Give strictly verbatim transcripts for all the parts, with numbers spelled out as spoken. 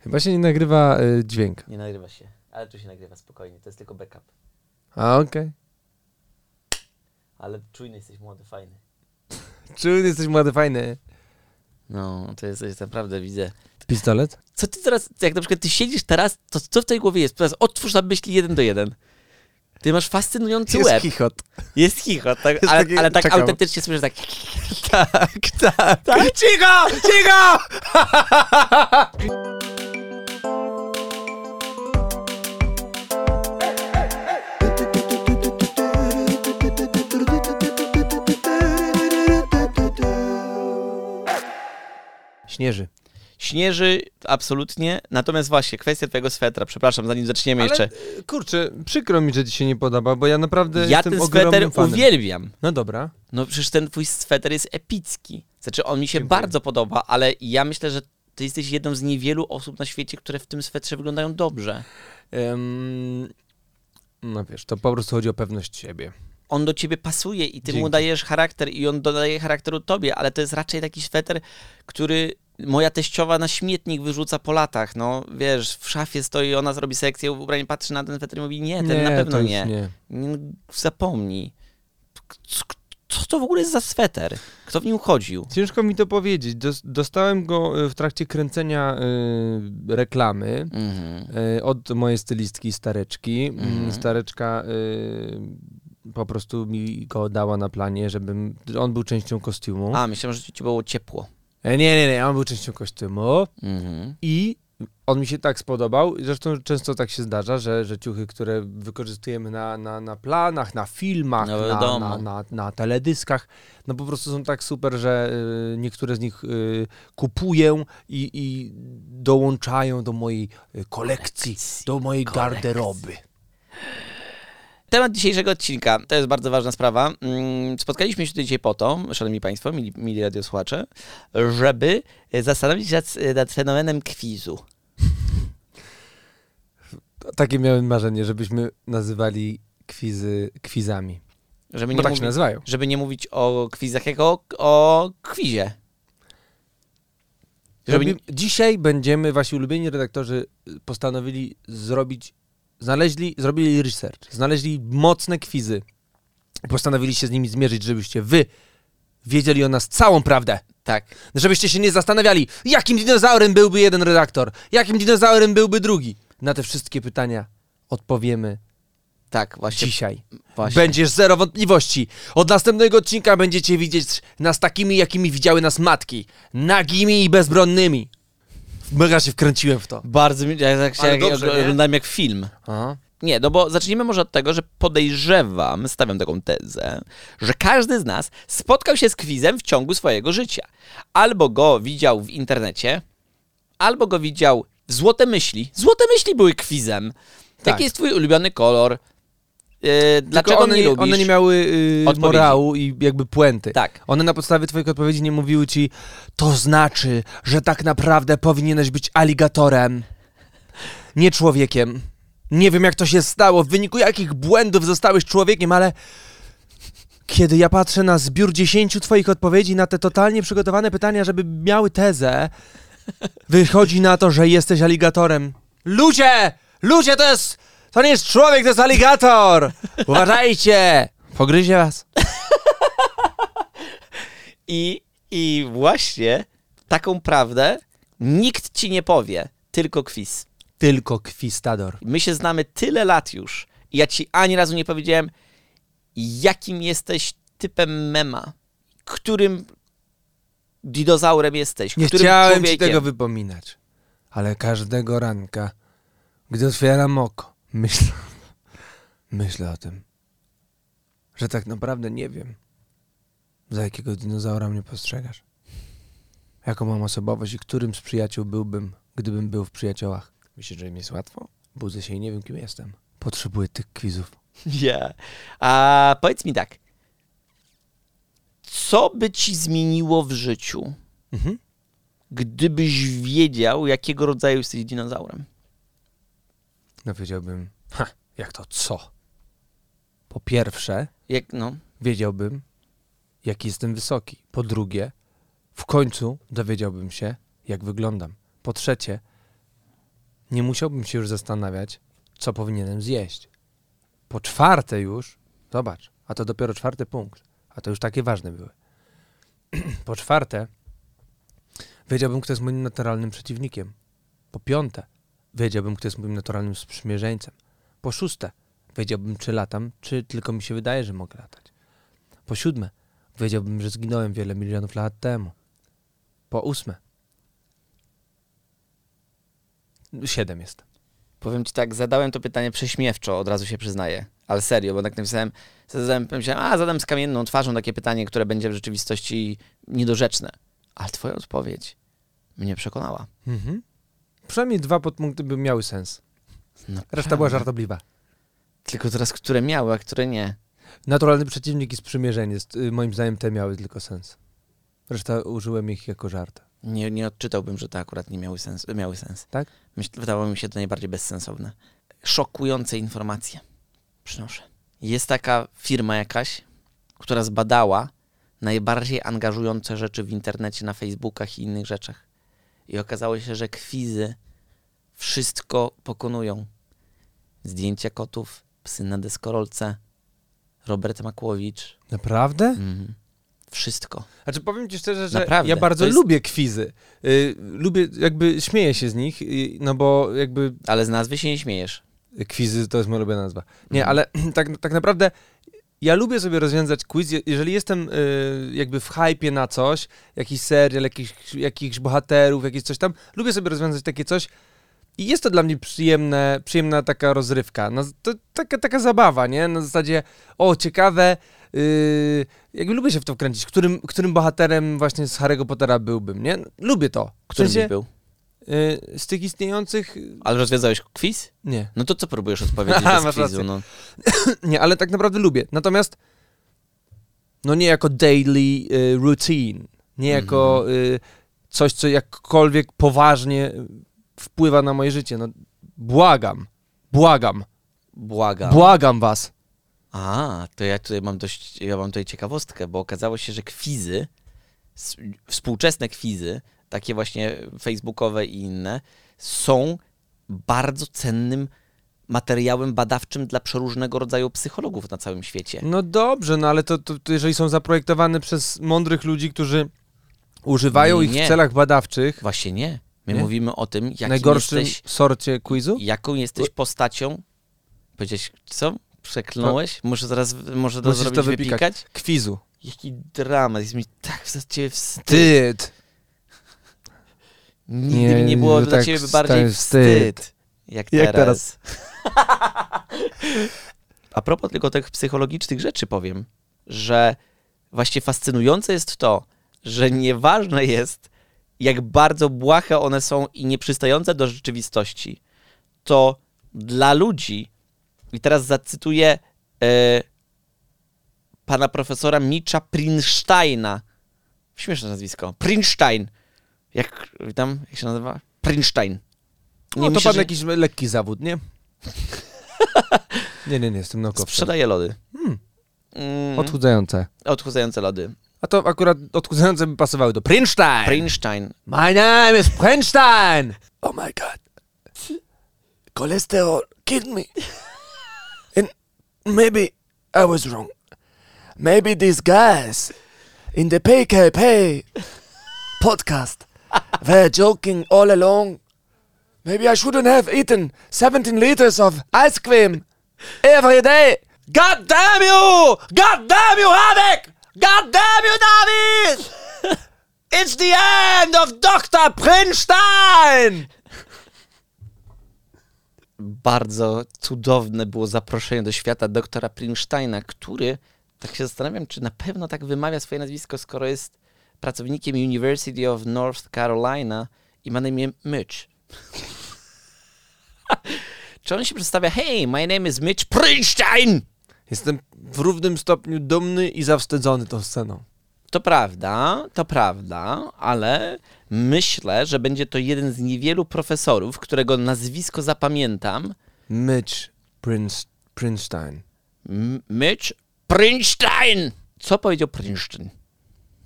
Chyba się nie nagrywa y, dźwięk. Nie nagrywa się, ale tu się nagrywa spokojnie, to jest tylko backup. A, okej. Okay. Ale czujny jesteś, młody, fajny. Czujny jesteś, młody, fajny. No, to jest, to jest naprawdę, widzę. Pistolet? Co ty teraz, jak na przykład ty siedzisz teraz, to co w tej głowie jest? Teraz otwórz na myśli jeden do jeden. Ty masz fascynujący jest łeb. chichot. Jest chichot. Tak, jest ale, takie, ale tak czekam. autentycznie słyszysz tak... Tak, tak. tak? Cicho! Cicho! Śnieży. Śnieży, absolutnie. Natomiast właśnie, kwestia twojego swetra, przepraszam, zanim zaczniemy Ale, jeszcze. Kurczę, przykro mi, że ci się nie podoba, bo ja naprawdę Ja jestem ten ogromnym sweter fanem. uwielbiam. No dobra. No przecież ten twój sweter jest epicki. Znaczy on mi się Dziękuję. bardzo podoba, ale ja myślę, że ty jesteś jedną z niewielu osób na świecie, które w tym swetrze wyglądają dobrze. Um, no wiesz, to po prostu chodzi o pewność siebie. On do ciebie pasuje i ty Dzięki. mu dajesz charakter i on dodaje charakteru tobie, ale to jest raczej taki sweter, który moja teściowa na śmietnik wyrzuca po latach. No wiesz, w szafie stoi, ona zrobi sekcję ubrań, patrzy na ten sweter i mówi nie, ten nie, na pewno to już nie. nie. nie. Zapomnij. Co to w ogóle jest za sweter? Kto w nim chodził? Ciężko mi to powiedzieć. Dos- dostałem go w trakcie kręcenia y, reklamy Mhm. y, od mojej stylistki Stareczki. Mhm. Stareczka y, po prostu mi go dała na planie, żebym... On był częścią kostiumu. A, myślałem, że ci było ciepło. E, Nie, nie, nie, on był częścią kostiumu Mhm. i on mi się tak spodobał. Zresztą często tak się zdarza, że, że ciuchy, które wykorzystujemy na, na, na planach, na filmach, No na, wiadomo. na, na, na teledyskach, no po prostu są tak super, że y, niektóre z nich y, kupuję i, i dołączają do mojej y, kolekcji, do mojej kolekcji. garderoby. Temat dzisiejszego odcinka, to jest bardzo ważna sprawa. Mm, Spotkaliśmy się tutaj dzisiaj po to, szanowni państwo, mili, mili radiosłuchacze, żeby zastanowić się nad, nad fenomenem kwizu. Takie miałem marzenie, żebyśmy nazywali kwizy kwizami. Żeby Bo nie, tak mówi, się nazywają. żeby nie mówić o kwizach jako o, o kwizie. Żeby nie, Robi... Dzisiaj będziemy, wasi ulubieni redaktorzy postanowili zrobić, znaleźli, zrobili research, znaleźli mocne kwizy. Postanowili się z nimi zmierzyć, żebyście wy wiedzieli o nas całą prawdę. tak. Żebyście się nie zastanawiali, jakim dinozaurem byłby jeden redaktor, jakim dinozaurem byłby drugi. Na te wszystkie pytania odpowiemy Tak, właśnie. dzisiaj. właśnie. Będziesz zero wątpliwości. Od następnego odcinka będziecie widzieć nas takimi, jakimi widziały nas matki. Nagimi i bezbronnymi. Mega się wkręciłem w to. Bardzo mi, ja tak się Ale jak, dobrze, nie? oglądam jak film. Aha. Nie, no bo zacznijmy może od tego, że podejrzewam, stawiam taką tezę, że każdy z nas spotkał się z kwizem w ciągu swojego życia. Albo go widział w internecie, albo go widział w Złote Myśli. Złote Myśli były kwizem. Tak. Jaki jest twój ulubiony kolor? Yy, dlaczego one nie lubisz? One nie miały yy, Odpowiedzi. morału i jakby puenty. Tak. One na podstawie twoich odpowiedzi nie mówiły ci, to znaczy, że tak naprawdę powinieneś być aligatorem, nie człowiekiem. Nie wiem, jak to się stało, w wyniku jakich błędów zostałeś człowiekiem, ale kiedy ja patrzę na zbiór dziesięciu twoich odpowiedzi na te totalnie przygotowane pytania, żeby miały tezę, wychodzi na to, że jesteś aligatorem. Ludzie! Ludzie, to jest... To nie jest człowiek, to jest aligator! Uważajcie! Pogryzie was. I, I właśnie taką prawdę nikt ci nie powie, tylko quiz. Tylko kwistador. My się znamy tyle lat już i ja ci ani razu nie powiedziałem, jakim jesteś typem mema, którym dinozaurem jesteś, Nie którym chciałem człowiekiem. ci tego wypominać, ale każdego ranka, gdy otwieram oko, myślę, myślę o tym, że tak naprawdę nie wiem, za jakiego dinozaura mnie postrzegasz. Jaką mam osobowość i którym z przyjaciół byłbym, gdybym był w przyjaciołach. Myślisz, że mi jest łatwo? Budzę się i nie wiem, kim jestem. Potrzebuję tych kwizów. Yeah. A powiedz mi tak, co by ci zmieniło w życiu, Mhm. gdybyś wiedział, jakiego rodzaju jesteś dinozaurem? No wiedziałbym, ha, jak to co? Po pierwsze, Jak, no, wiedziałbym, jaki jestem wysoki. Po drugie, w końcu dowiedziałbym się, jak wyglądam. Po trzecie, nie musiałbym się już zastanawiać, co powinienem zjeść. Po czwarte już, zobacz, a to dopiero czwarty punkt, a to już takie ważne były. Po czwarte, wiedziałbym, kto jest moim naturalnym przeciwnikiem. Po piąte, wiedziałbym, kto jest moim naturalnym sprzymierzeńcem. Po szóste, wiedziałbym, czy latam, czy tylko mi się wydaje, że mogę latać. Po siódme, wiedziałbym, że zginąłem wiele milionów lat temu. Po ósme, siedem jest. Powiem ci tak, zadałem to pytanie prześmiewczo, od razu się przyznaję. Ale serio, bo tak napisałem, zadałem, myślałem, a zadam z kamienną twarzą takie pytanie, które będzie w rzeczywistości niedorzeczne. Ale twoja odpowiedź mnie przekonała. Mhm. Przynajmniej dwa podpunkty by miały sens. Naprawdę. Reszta była żartobliwa. Tylko teraz, które miały, a które nie. Naturalny przeciwnik i sprzymierzenie. y, Moim zdaniem te miały tylko sens. Reszta użyłem ich jako żart. Nie, nie odczytałbym, że te akurat nie miały, sens, miały sens. Tak? Myśl, wydawało mi się to najbardziej bezsensowne. Szokujące informacje przynoszę. Jest taka firma jakaś, która zbadała najbardziej angażujące rzeczy w internecie, na Facebookach i innych rzeczach. I okazało się, że kwizy wszystko pokonują. Zdjęcia kotów, psy na deskorolce, Robert Makłowicz. Naprawdę? Mhm. Wszystko. Znaczy powiem ci szczerze, że Naprawdę, ja bardzo to jest- lubię kwizy. Y, lubię, jakby śmieję się z nich, y, no bo jakby Ale z nazwy się nie śmiejesz. kwizy to jest moja ulubiona nazwa. Nie, Mhm. ale tak, tak naprawdę ja lubię sobie rozwiązać quiz, je- jeżeli jestem y, jakby w hypie na coś, jakiś serial, jakichś, jakichś bohaterów, jakieś coś tam, lubię sobie rozwiązać takie coś i jest to dla mnie przyjemne, przyjemna taka rozrywka, no, to taka, taka zabawa, nie? Na zasadzie, o ciekawe, y, jakby lubię się w to wkręcić, którym, którym bohaterem właśnie z Harry'ego Pottera byłbym, nie? Lubię to. W Który sensie, byś był? y, z tych istniejących, Ale rozwiązałeś quiz? nie. No to co próbujesz odpowiedzieć Aha, bez masz quizu? rację. No. Nie, ale tak naprawdę lubię. Natomiast no nie jako daily y, routine, nie jako y, coś, co jakkolwiek poważnie y, wpływa na moje życie. No błagam, błagam, Błagam. błagam was. A, to ja tutaj mam dość, ja mam tutaj ciekawostkę, bo okazało się, że kwizy, s- współczesne kwizy, takie właśnie facebookowe i inne, są bardzo cennym materiałem badawczym dla przeróżnego rodzaju psychologów na całym świecie. No dobrze, no ale to, to, to jeżeli są zaprojektowane przez mądrych ludzi, którzy używają Nie, ich nie. w celach badawczych, Właśnie nie. My Nie? mówimy o tym, w jakim najgorszym jesteś, sorcie quizu, jaką jesteś postacią. Powiedziałeś, co? Przeklnąłeś? Muszę zaraz, może to musisz zrobić, to wypikać. wypikać? Kwizu. Jaki dramat, jest mi tak za ciebie wstyd. Wstyd. Nigdy Nie, mi nie było że dla tak ciebie bardziej wstyd. wstyd. Jak, Jak teraz. A propos tylko tych psychologicznych rzeczy powiem, że właśnie fascynujące jest to, że nieważne jest, jak bardzo błahe one są i nieprzystające do rzeczywistości, to dla ludzi, i teraz zacytuję e, pana profesora Mitcha Prinsteina. Śmieszne nazwisko. Prinstein. Jak tam, jak się nazywa? Prinstein. No to myślę, pan że jakiś lekki zawód, nie? nie, nie, nie, jestem naukowcem. sprzedaje lody. Hmm. Mm, Odchudzające. odchudzające lody. A to akurat odchudzające by pasowały do Prinstein. Prinstein. My name is Prinstein. Oh my god. Cholesterol killed me. And maybe I was wrong. Maybe these guys in the P K P podcast were joking all along. Maybe I shouldn't have eaten seventeen liters of ice cream every day. God damn you! God damn you, Hadek! God damn you, David! It's the end of doktor Prinstein! Bardzo cudowne było zaproszenie do świata doktora Prinsteina, który, tak się zastanawiam, czy na pewno tak wymawia swoje nazwisko, skoro jest pracownikiem University of North Carolina i ma na imię Mitch. Czy on się przedstawia, hey, my name is Mitch Prinstein! Jestem w równym stopniu dumny i zawstydzony tą sceną. To prawda, to prawda, ale myślę, że będzie to jeden z niewielu profesorów, którego nazwisko zapamiętam. Mitch Prince, Prinstein. M- Mitch Prinstein! Co powiedział Prinstein?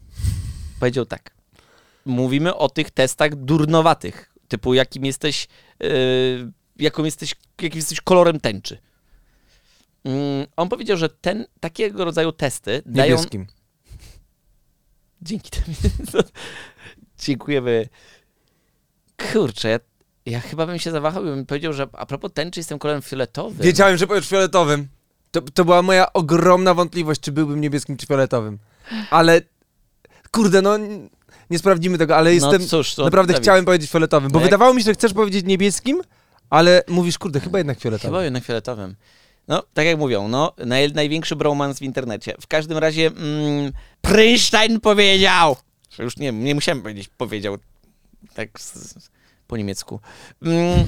Powiedział tak. Mówimy o tych testach durnowatych, typu jakim jesteś yy, jaką jesteś, jakim jesteś kolorem tęczy. Yy, on powiedział, że ten, takiego rodzaju testy dają... Niebieskim. Dzięki temu. Dziękujemy. Kurczę, ja, ja chyba bym się zawahał, bym powiedział, że a propos tęczy jestem kolorem fioletowym. Wiedziałem, że powiesz fioletowym. To, to była moja ogromna wątpliwość, czy byłbym niebieskim, czy fioletowym. Ale, kurde, no, nie sprawdzimy tego, ale jestem, no cóż, to naprawdę Dawid. chciałem powiedzieć fioletowym, bo No jak- wydawało mi się, że chcesz powiedzieć niebieskim, ale mówisz, kurde, chyba jednak fioletowym. Chyba jednak fioletowym. No, tak jak mówią, no, naj, największy bromance w internecie. W każdym razie mm, Prysztajn powiedział, że już nie, nie musiałem powiedzieć, powiedział tak z, z, po niemiecku, mm,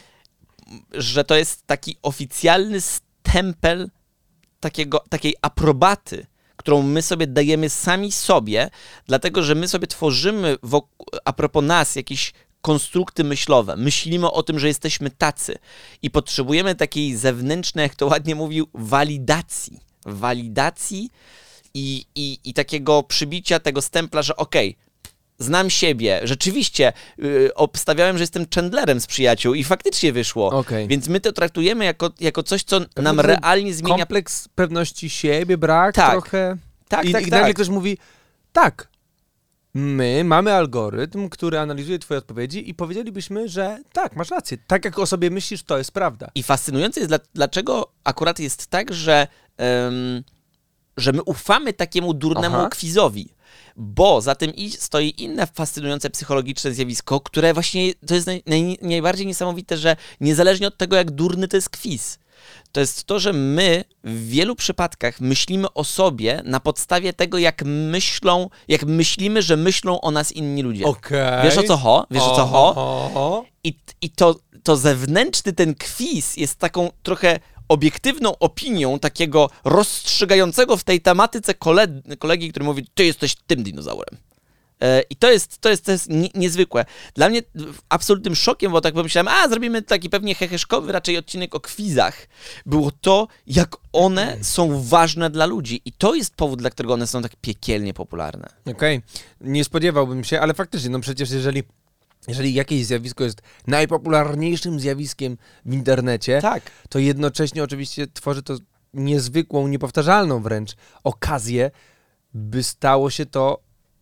że to jest taki oficjalny stempel takiego, takiej aprobaty, którą my sobie dajemy sami sobie, dlatego, że my sobie tworzymy wokół, a propos nas jakieś konstrukty myślowe. Myślimy o tym, że jesteśmy tacy i potrzebujemy takiej zewnętrznej, jak to ładnie mówił, walidacji. Walidacji i, i, i takiego przybicia tego stempla, że okej, znam siebie. Rzeczywiście yy, obstawiałem, że jestem Chandlerem z Przyjaciół i faktycznie wyszło. Okej. Więc my to traktujemy jako, jako coś, co nam Pewnie realnie zmienia... Kompleks pewności siebie, brak Tak. trochę. Tak, I, tak, i tak. nagle ktoś mówi, tak, my mamy algorytm, który analizuje twoje odpowiedzi i powiedzielibyśmy, że tak, masz rację. Tak jak o sobie myślisz, to jest prawda. I fascynujące jest, dla, dlaczego akurat jest tak, że, um, że my ufamy takiemu durnemu Aha. quizowi. Bo za tym i stoi inne fascynujące psychologiczne zjawisko, które właśnie to jest naj, naj, najbardziej niesamowite, że niezależnie od tego, jak durny to jest quiz, to jest to, że my w wielu przypadkach myślimy o sobie na podstawie tego, jak myślą, jak myślimy, że myślą o nas inni ludzie. Okej. Wiesz o co ho? Wiesz o co ho? ho? I, i to, to zewnętrzny ten quiz jest taką trochę obiektywną opinią takiego rozstrzygającego w tej tematyce kole, kolegi, który mówi, ty jesteś tym dinozaurem. E, I to jest, to jest, to jest nie, niezwykłe. Dla mnie absolutnym szokiem, bo tak pomyślałem, a zrobimy taki pewnie heheszkowy raczej odcinek o kwizach, było to, jak one są ważne dla ludzi. I to jest powód, dla którego one są tak piekielnie popularne. Okej, nie spodziewałbym się, ale faktycznie, no przecież jeżeli, jeżeli jakieś zjawisko jest najpopularniejszym zjawiskiem w internecie, Tak. to jednocześnie oczywiście tworzy to niezwykłą, niepowtarzalną wręcz okazję, by stało się to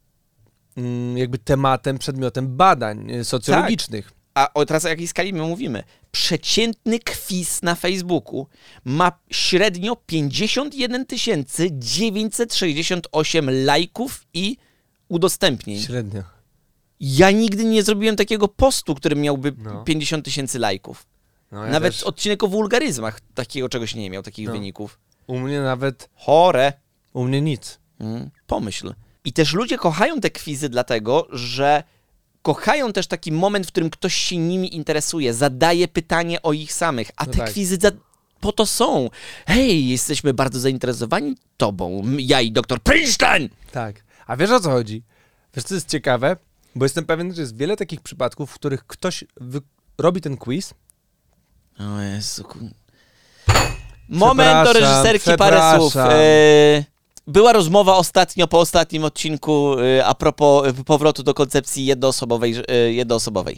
mm, jakby tematem, przedmiotem badań y, socjologicznych. A o teraz o jakiej skali my mówimy? Przeciętny quiz na Facebooku ma średnio pięćdziesiąt jeden tysięcy dziewięćset sześćdziesiąt osiem lajków i udostępnień. Średnio. Ja nigdy nie zrobiłem takiego postu, który miałby No. pięćdziesiąt tysięcy lajków. No, ja Nawet też. odcinek o wulgaryzmach takiego czegoś nie miał, takich No. wyników. U mnie nawet, Chore. u mnie nic. Mm, pomyśl. I też ludzie kochają te kwizy dlatego, że kochają też taki moment, w którym ktoś się nimi interesuje, zadaje pytanie o ich samych, a No te tak. kwizy za... po to są. Hej, jesteśmy bardzo zainteresowani tobą, m- ja i doktor Princeton! Tak. A wiesz o co chodzi? Wiesz co jest ciekawe? Bo jestem pewien, że jest wiele takich przypadków, w których ktoś wy- robi ten quiz. O Jezu. ku- Moment do Przepraszam, reżyserki, parę słów. przepraszam. E, była rozmowa ostatnio, po ostatnim odcinku, e, a propos e, powrotu do koncepcji jednoosobowej. e, jednoosobowej.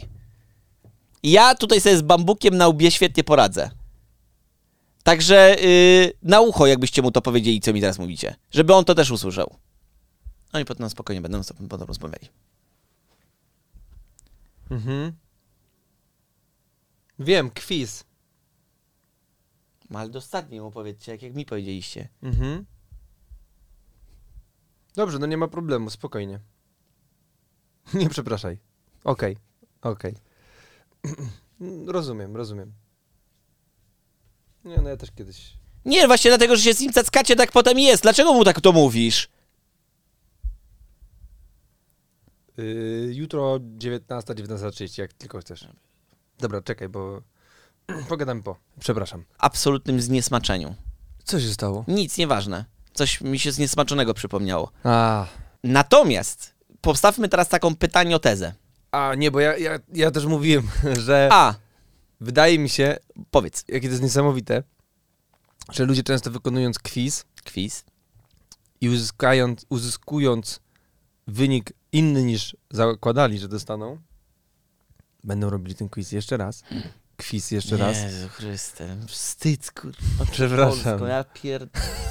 Ja tutaj sobie z bambukiem na łbie świetnie poradzę. Także y, na ucho, jakbyście mu to powiedzieli, co mi teraz mówicie. Żeby on to też usłyszał. No i potem spokojnie będą sobie potem rozmawiali. Mhm. Wiem, quiz. No, ale dostatnio mu powiedzcie, jak, jak mi powiedzieliście. Mhm. Dobrze, no nie ma problemu, spokojnie. Nie przepraszaj. Okej, okej. Rozumiem, rozumiem. Nie, no ja też kiedyś... Nie, właśnie dlatego, że się z nim cackacie, tak potem jest. Dlaczego mu tak to mówisz? Yy, jutro dziewiętnasta, dziewiętnasta trzydzieści, jak tylko chcesz. Dobra, czekaj, bo... Pogadamy po. Przepraszam. Absolutnym zniesmaczeniu. Co się stało? Nic, nieważne. Coś mi się zniesmaczonego przypomniało. A, Natomiast postawmy teraz taką pytaniotezę. a nie, bo ja, ja, ja też mówiłem, że A, wydaje mi się, powiedz. jakie to jest niesamowite, że ludzie często wykonując quiz Quiz. i uzyskając, uzyskując wynik inny niż zakładali, że dostaną, będą robili ten quiz jeszcze raz. Quiz jeszcze raz. Jezu Chryste, wstyd, kurwa. Przepraszam. Polsko, ja pierd...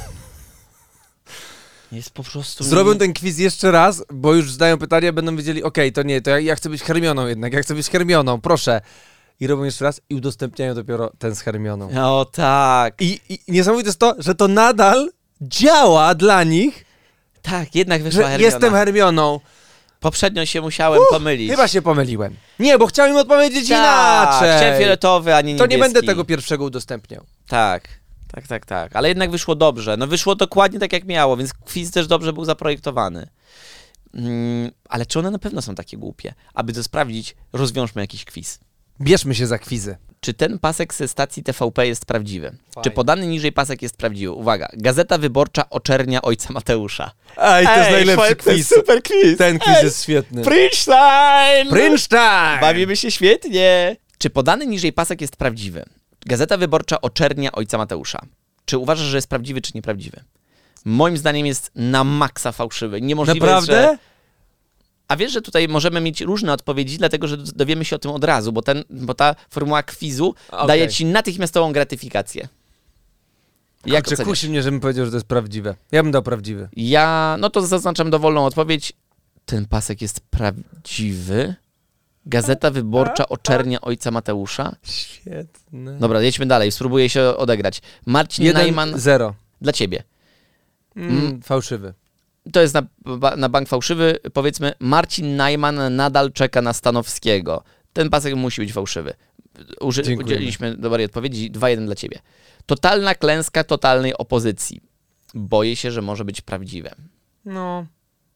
Jest po prostu... Zrobią ten quiz jeszcze raz, bo już zdają pytania, będą wiedzieli, okej, okay, to nie, to ja, ja chcę być Hermioną jednak, ja chcę być Hermioną, proszę. I robią jeszcze raz i udostępniają dopiero ten z Hermioną. O tak. I, i niesamowite jest to, że to nadal działa dla nich, Tak, jednak wyszła że Hermiona. jestem Hermioną. Poprzednio się musiałem Uff, pomylić. Chyba się pomyliłem. Nie, bo chciałem im odpowiedzieć tak, inaczej. chciałem fioletowy, a nie niebieski. To nie będę tego pierwszego udostępniał. Tak, tak, tak, tak. Ale jednak wyszło dobrze. No wyszło dokładnie tak, jak miało, więc quiz też dobrze był zaprojektowany. Mm, ale czy one na pewno są takie głupie? Aby to sprawdzić, rozwiążmy jakiś quiz. Bierzmy się za kwizy. Czy ten pasek ze stacji T V P jest prawdziwy? Fajnie. Czy podany niżej pasek jest prawdziwy? Uwaga, Gazeta Wyborcza oczernia ojca Mateusza. Ej, to jest najlepszy to jest quiz. super quiz. Ten quiz Ej, jest świetny. Prinstein! Prinstein! Bawimy się świetnie. Czy podany niżej pasek jest prawdziwy? Gazeta Wyborcza oczernia ojca Mateusza. Czy uważasz, że jest prawdziwy, czy nieprawdziwy? Moim zdaniem jest na maksa fałszywy. Niemożliwe Naprawdę? jest, że... A wiesz, że tutaj możemy mieć różne odpowiedzi, dlatego że dowiemy się o tym od razu, bo, ten, bo ta formuła quizu Okay. daje ci natychmiastową gratyfikację. Jak Kurczę, oceniasz? kusi mnie, żebym powiedział, że to jest prawdziwe. Ja bym dał prawdziwy. Ja, no to zaznaczam dowolną odpowiedź. Ten pasek jest prawdziwy? Gazeta Wyborcza oczernia ojca Mateusza? Świetne. Dobra, jedźmy dalej, spróbuję się odegrać. Marcin Jeden, Najman, zero. dla ciebie. Mm, fałszywy. To jest na, na bank fałszywy. Powiedzmy, Marcin Najman nadal czeka na Stanowskiego. Ten pasek musi być fałszywy. Uży, Dziękujemy. udzieliliśmy dobrej odpowiedzi. dwa jeden dla ciebie. Totalna klęska totalnej opozycji. Boję się, że może być prawdziwe. No.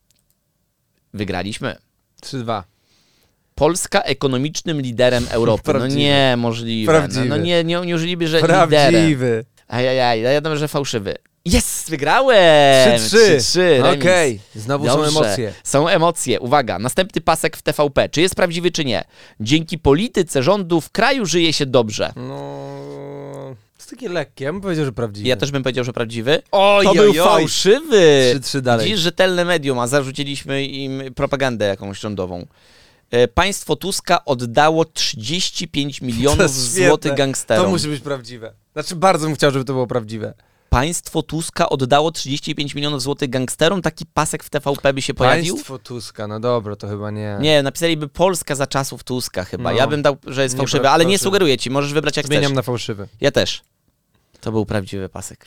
Wygraliśmy. trzy dwa. Polska ekonomicznym liderem Europy. No Prawdziwy. nie, możliwe. Prawdziwy. No, no nie, nie, nie użyliby, że liderem. Prawdziwy. Ajajaj, ja wiadomo, że fałszywy. Jest, wygrałem! trzy trzy. trzy remis. Okej, znowu Dobrze. są emocje. Są emocje. Uwaga, następny pasek w T V P. Czy jest prawdziwy, czy nie? Dzięki polityce rządu w kraju żyje się dobrze. No, to jest takie lekkie. Ja bym powiedział, że prawdziwy. Ja też bym powiedział, że prawdziwy. Oj, To oj, był oj. fałszywy. trzy trzy dalej. Dziś rzetelne medium, a zarzuciliśmy im propagandę jakąś rządową. E, Państwo Tuska oddało trzydzieści pięć To milionów jest świetne. złotych gangsterom. To musi być prawdziwe. Znaczy, bardzo bym chciał, żeby to było prawdziwe. Państwo Tuska oddało trzydzieści pięć milionów złotych gangsterom. Taki pasek w T V P by się pojawił? Państwo Tuska, no dobra, to chyba nie. Nie, napisaliby Polska za czasów Tuska chyba. No. Ja bym dał, że jest Nie, fałszywy, pra- ale nie fałszywy. sugeruję ci, możesz wybrać jak Zmieniam chcesz. na fałszywy. Ja też. To był prawdziwy pasek.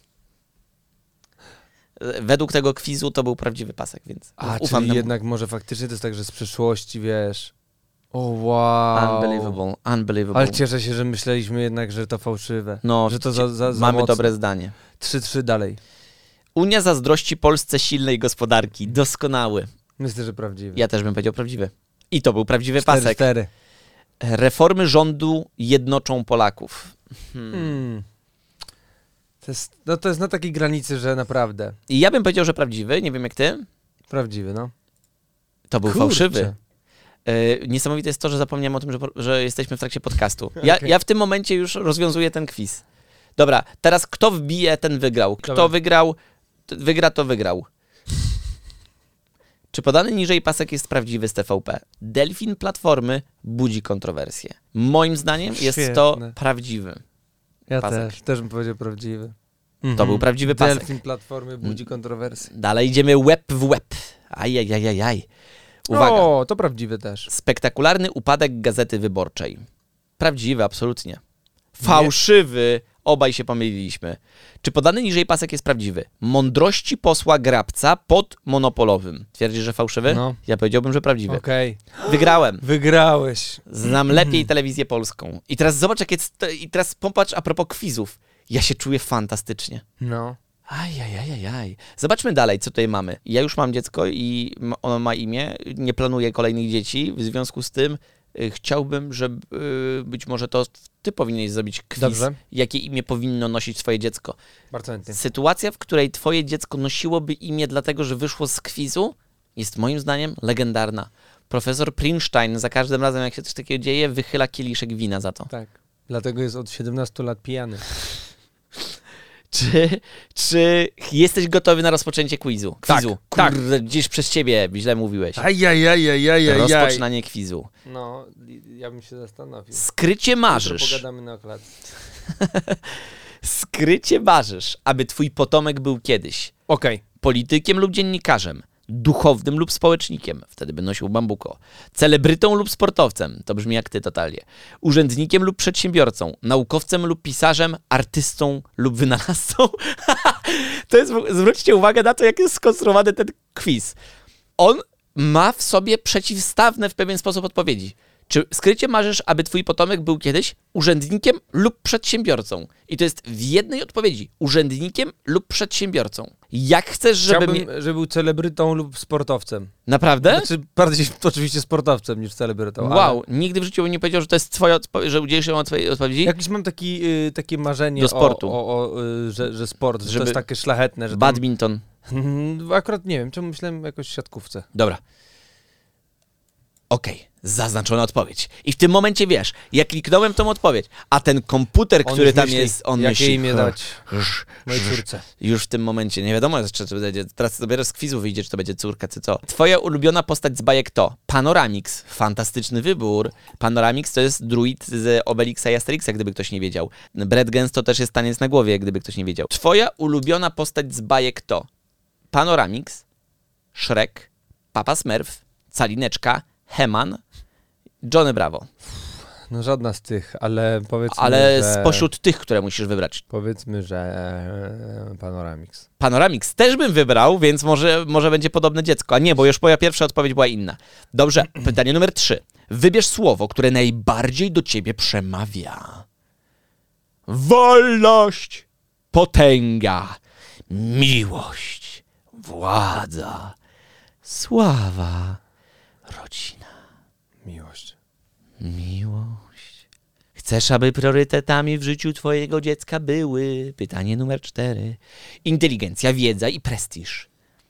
Według tego kwizu to był prawdziwy pasek, więc A, ufam czyli temu. jednak może faktycznie to jest tak, że z przeszłości, wiesz... O, wow. Unbelievable, unbelievable. Ale cieszę się, że myśleliśmy jednak, że to fałszywe. No, że to za, za, za mamy mocno. dobre zdanie. trzy trzy dalej. Unia zazdrości Polsce silnej gospodarki. Doskonały. Myślę, że prawdziwy. Ja też bym powiedział prawdziwy. I to był prawdziwy cztery pasek. cztery. Reformy rządu jednoczą Polaków. Hmm. Hmm. To jest, no to jest na takiej granicy, że naprawdę. I ja bym powiedział, że prawdziwy, nie wiem jak ty. Prawdziwy, no. To był Kurczę. fałszywy. Yy, niesamowite jest to, że zapomniałem o tym, że, że jesteśmy w trakcie podcastu. Ja, Okay. ja w tym momencie już rozwiązuję ten quiz. Dobra, teraz kto wbije, ten wygrał. Kto Dobra. wygrał, t- wygra, to wygrał. Czy podany niżej pasek jest prawdziwy z T V P? Delfin Platformy budzi kontrowersje. Moim zdaniem jest to Świetne. prawdziwy. Ja Pasek. też. Też bym powiedział prawdziwy. To był prawdziwy pasek. Delfin Platformy budzi kontrowersje. Dalej idziemy łeb w łeb. Ajajajajaj. Uwaga. O, to prawdziwy też. Spektakularny upadek Gazety Wyborczej. Prawdziwy, absolutnie. Fałszywy. Obaj się pomyliliśmy. Czy podany niżej pasek jest prawdziwy? Mądrości posła Grabca pod monopolowym. Twierdzisz, że fałszywy? No. Ja powiedziałbym, że prawdziwy. Okej. Wygrałem. Wygrałeś. Znam lepiej telewizję polską. I teraz zobacz, jak jest... I teraz popatrz a propos kwizów. Ja się czuję fantastycznie. No. Ajajajajaj. Zobaczmy dalej, co tutaj mamy. Ja już mam dziecko i ma- ono ma imię. Nie planuję kolejnych dzieci. W związku z tym y, chciałbym, żeby y, być może to ty powinieneś zrobić quiz, Dobrze. jakie imię powinno nosić twoje dziecko. Bardzo chętnie. Sytuacja, w której twoje dziecko nosiłoby imię dlatego, że wyszło z kwizu, jest moim zdaniem legendarna. Profesor Prinstein za każdym razem, jak się coś takiego dzieje, wychyla kieliszek wina za to. Tak. Dlatego jest od siedemnastu lat pijany. Czy, czy jesteś gotowy na rozpoczęcie quizu? Quizu. Tak, Kurde, tak. gdzieś przez ciebie źle mówiłeś. Ajajajajajajaj. Rozpoczynanie quizu. No, ja bym się zastanowił. Skrycie marzysz. Pogadamy na klatce. Skrycie marzysz, aby twój potomek był kiedyś Okej. politykiem lub dziennikarzem, duchownym lub społecznikiem, wtedy by nosił bambuko, celebrytą lub sportowcem, to brzmi jak ty totalnie, urzędnikiem lub przedsiębiorcą, naukowcem lub pisarzem, artystą lub wynalazcą. To jest, zwróćcie uwagę na to, jak jest skonstruowany ten quiz. On ma w sobie przeciwstawne w pewien sposób odpowiedzi. Czy skrycie marzysz, aby twój potomek był kiedyś urzędnikiem lub przedsiębiorcą? I to jest w jednej odpowiedzi. Urzędnikiem lub przedsiębiorcą. Jak chcesz, żeby... Chciałbym, mi- żeby był celebrytą lub sportowcem. Naprawdę? Znaczy, bardziej oczywiście sportowcem niż celebrytą. Wow, nigdy w życiu bym nie powiedział, że to jest twoja odpo- że udzielisz się od twojej odpowiedzi. Jakiś mam taki, y, takie marzenie Do sportu. O, o, o, y, że, że sport, że Żeby- to jest takie szlachetne. Że tam... Badminton. Akurat nie wiem, czemu myślałem jakoś o siatkówce. Dobra. Okej, zaznaczona odpowiedź. I w tym momencie wiesz, ja kliknąłem tą odpowiedź, a ten komputer, On który już tam myśli, jest, on jakie myśli... imię dać Ż- mojej ż- córce. Już w tym momencie, nie wiadomo jeszcze, czy to będzie, teraz dopiero z kwizu wyjdzie, czy to będzie córka, czy co. Twoja ulubiona postać z bajek to Panoramix, fantastyczny wybór. Panoramix to jest druid z Obelixa i Asterixa, gdyby ktoś nie wiedział. Bradgens to też jest taniec na głowie, gdyby ktoś nie wiedział. Twoja ulubiona postać z bajek to Panoramix, Shrek, Papa Smurf, Calineczka, Heman, Johnny Bravo. No żadna z tych, ale powiedzmy, Ale że... spośród tych, które musisz wybrać. Powiedzmy, że e, Panoramix. Panoramix też bym wybrał, więc może, może będzie podobne dziecko. A nie, bo już moja pierwsza odpowiedź była inna. Dobrze, pytanie numer trzy. Wybierz słowo, które najbardziej do ciebie przemawia. Wolność, potęga, miłość, władza, sława, rodzina. Miłość. Miłość. Chcesz, aby priorytetami w życiu twojego dziecka były... Pytanie numer cztery. Inteligencja, wiedza i prestiż.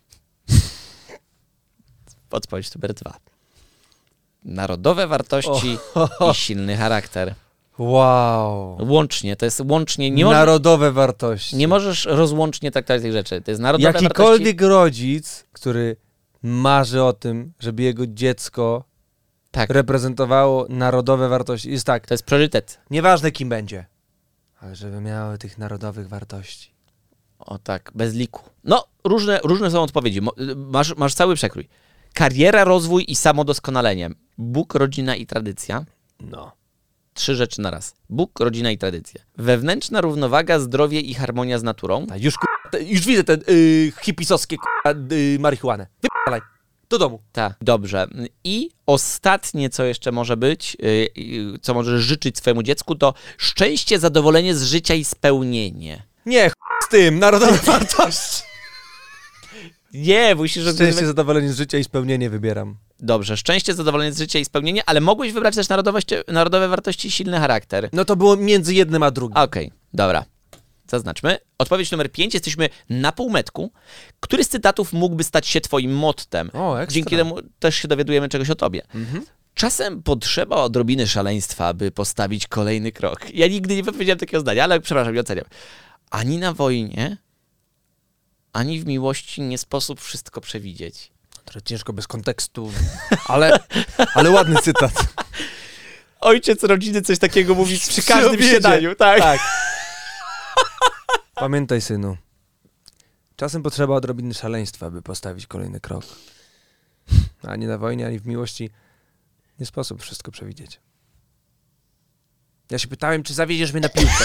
Odpowiedź numer dwa. Narodowe wartości i silny charakter. Wow. Łącznie, to jest łącznie... Nie, mo- Narodowe wartości. nie możesz rozłącznie traktować tych rzeczy. To jest narodowe wartości... Jakikolwiek rodzic, który marzy o tym, żeby jego dziecko Tak, reprezentowało narodowe wartości. Jest tak, to jest priorytet. nieważne kim będzie, ale żeby miały tych narodowych wartości. O tak, bez liku. No, różne, różne są odpowiedzi. Mo- Masz, masz cały przekrój. Kariera, rozwój i samodoskonalenie. Bóg, rodzina i tradycja. No. Trzy rzeczy na raz. Bóg, rodzina i tradycja. Wewnętrzna równowaga, zdrowie i harmonia z naturą. A już, k***a, te- już widzę te yy, hipisowskie k***a, yy, marihuanę. Wypalaj. Do domu. Tak, dobrze. I ostatnie, co jeszcze może być, yy, yy, co możesz życzyć swojemu dziecku, to szczęście, zadowolenie z życia i spełnienie. Nie, ch... z tym, narodowe wartości. Nie, musisz... Szczęście, zadowolenie z życia i spełnienie wybieram. Dobrze, szczęście, zadowolenie z życia i spełnienie, ale mogłeś wybrać też narodowość, narodowe wartości i silny charakter. No to było między jednym a drugim. Okej, dobra. Zaznaczmy. Odpowiedź numer pięć. Jesteśmy na półmetku. Który z cytatów mógłby stać się twoim mottem? O, ekstra. Dzięki temu też się dowiadujemy czegoś o tobie. Mhm. Czasem potrzeba odrobiny szaleństwa, by postawić kolejny krok. Ja nigdy nie powiedziałem takiego zdania, ale przepraszam, nie oceniam. Ani na wojnie, ani w miłości nie sposób wszystko przewidzieć. Trochę ciężko bez kontekstu, ale, ale ładny cytat. Ojciec rodziny coś takiego mówi przy Przy każdym obiedzie. śniadaniu, tak? Tak. Pamiętaj, synu. Czasem potrzeba odrobiny szaleństwa, by postawić kolejny krok. Ani na wojnie, ani w miłości nie sposób wszystko przewidzieć. Ja się pytałem, czy zawieziesz mnie na piłkę.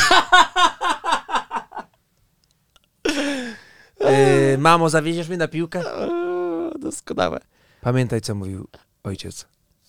Yy, mamo, zawieziesz mnie na piłkę? O, doskonałe. Pamiętaj, co mówił ojciec.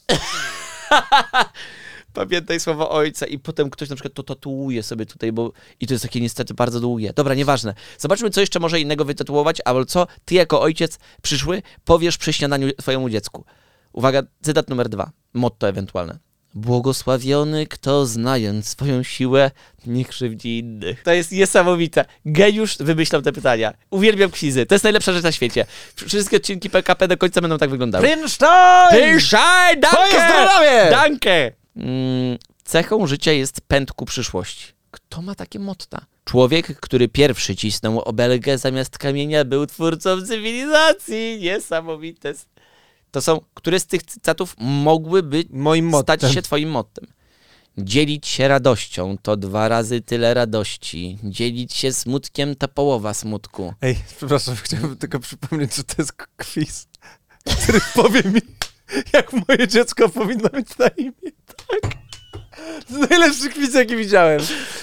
Pamiętaj słowo ojca i potem ktoś na przykład to tatuuje sobie tutaj, bo i to jest takie niestety bardzo długie. Dobra, nieważne. Zobaczmy, co jeszcze może innego wytatuować, albo co ty jako ojciec przyszły powiesz przy śniadaniu twojemu dziecku. Uwaga, cytat numer dwa. Motto ewentualne. Błogosławiony, kto znając swoją siłę, nie krzywdzi innych. To jest niesamowite. Geniusz wymyślał te pytania. Uwielbiam kwizy. To jest najlepsza rzecz na świecie. Wszystkie odcinki P K P do końca będą tak wyglądały. Prinstein! Prinstein! Twoje Danke! zdrowie! Danke! Mm, cechą życia jest pęd ku przyszłości. Kto ma takie motta? Człowiek, który pierwszy cisnął obelgę zamiast kamienia, był twórcą cywilizacji. Niesamowite. To są, które z tych cytatów mogły być, Moim mottem. stać się twoim mottem? Dzielić się radością to dwa razy tyle radości. Dzielić się smutkiem to połowa smutku. Ej, przepraszam, chciałbym tylko przypomnieć, że to jest k- quiz, który powie mi, jak moje dziecko powinno mieć na imię. Tak. To jest najlepszy quiz, jaki widziałem.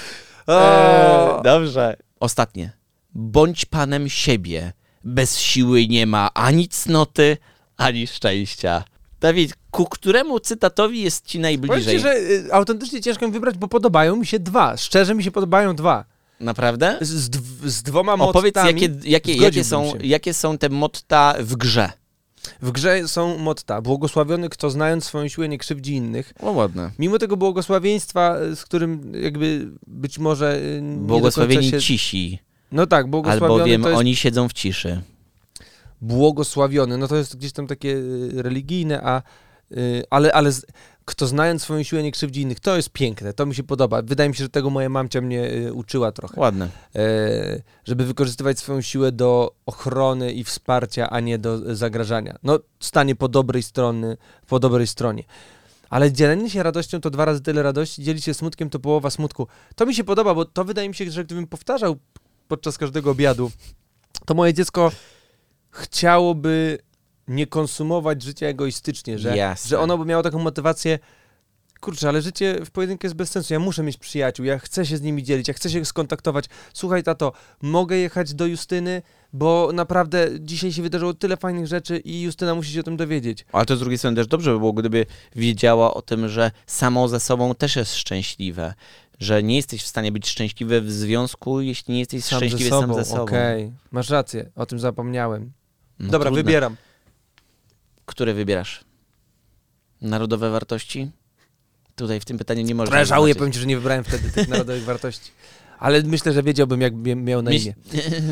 O, Eee, dobrze. Ostatnie. Bądź panem siebie. Bez siły nie ma ani cnoty, ani szczęścia. Dawid, ku któremu cytatowi jest ci Powiem najbliżej? ci, że y, autentycznie ciężko mi wybrać, bo podobają mi się dwa. Szczerze mi się podobają dwa. Naprawdę? Z, z, dw- z dwoma Opowiedz, mottami jakie, jakie, jakie, zgodziłbym są, się. jakie są te motta w grze. W grze są motta. Błogosławiony, kto znając swoją siłę nie krzywdzi innych. O, ładne. Mimo tego błogosławieństwa, z którym jakby być może y, nie Błogosławieni do końca się... cisi, No tak, błogosławiony albowiem to jest... oni siedzą w ciszy. Błogosławiony, no to jest gdzieś tam takie y, religijne, a y, ale, ale z, kto znając swoją siłę nie krzywdzi innych, to jest piękne, to mi się podoba. Wydaje mi się, że tego moja mamcia mnie y, uczyła trochę. Ładne. E, żeby wykorzystywać swoją siłę do ochrony i wsparcia, a nie do e, zagrażania. No, stanie po dobrej strony, po dobrej stronie. Ale dzielenie się radością to dwa razy tyle radości, dzielić się smutkiem to połowa smutku. To mi się podoba, bo to wydaje mi się, że gdybym powtarzał podczas każdego obiadu, to moje dziecko chciałoby nie konsumować życia egoistycznie, że, Jasne. że ono by miało taką motywację, kurczę, ale życie w pojedynkę jest bez sensu, ja muszę mieć przyjaciół, ja chcę się z nimi dzielić, ja chcę się skontaktować. Słuchaj, tato, mogę jechać do Justyny, bo naprawdę dzisiaj się wydarzyło tyle fajnych rzeczy i Justyna musi się o tym dowiedzieć. Ale to z drugiej strony też dobrze by było, gdyby wiedziała o tym, że samo ze sobą też jest szczęśliwe. Że nie jesteś w stanie być szczęśliwy w związku, jeśli nie jesteś Sam szczęśliwy ze sobą, sam ze sobą. okej, masz rację, o tym zapomniałem. No Dobra, trudne. wybieram. Które wybierasz? Narodowe wartości? Tutaj w tym pytaniu nie można. Trochę żałuję, zaznaczyć. powiem ci, że nie wybrałem wtedy tych narodowych wartości. Ale myślę, że wiedziałbym, jakbym miał na Myśl- imię.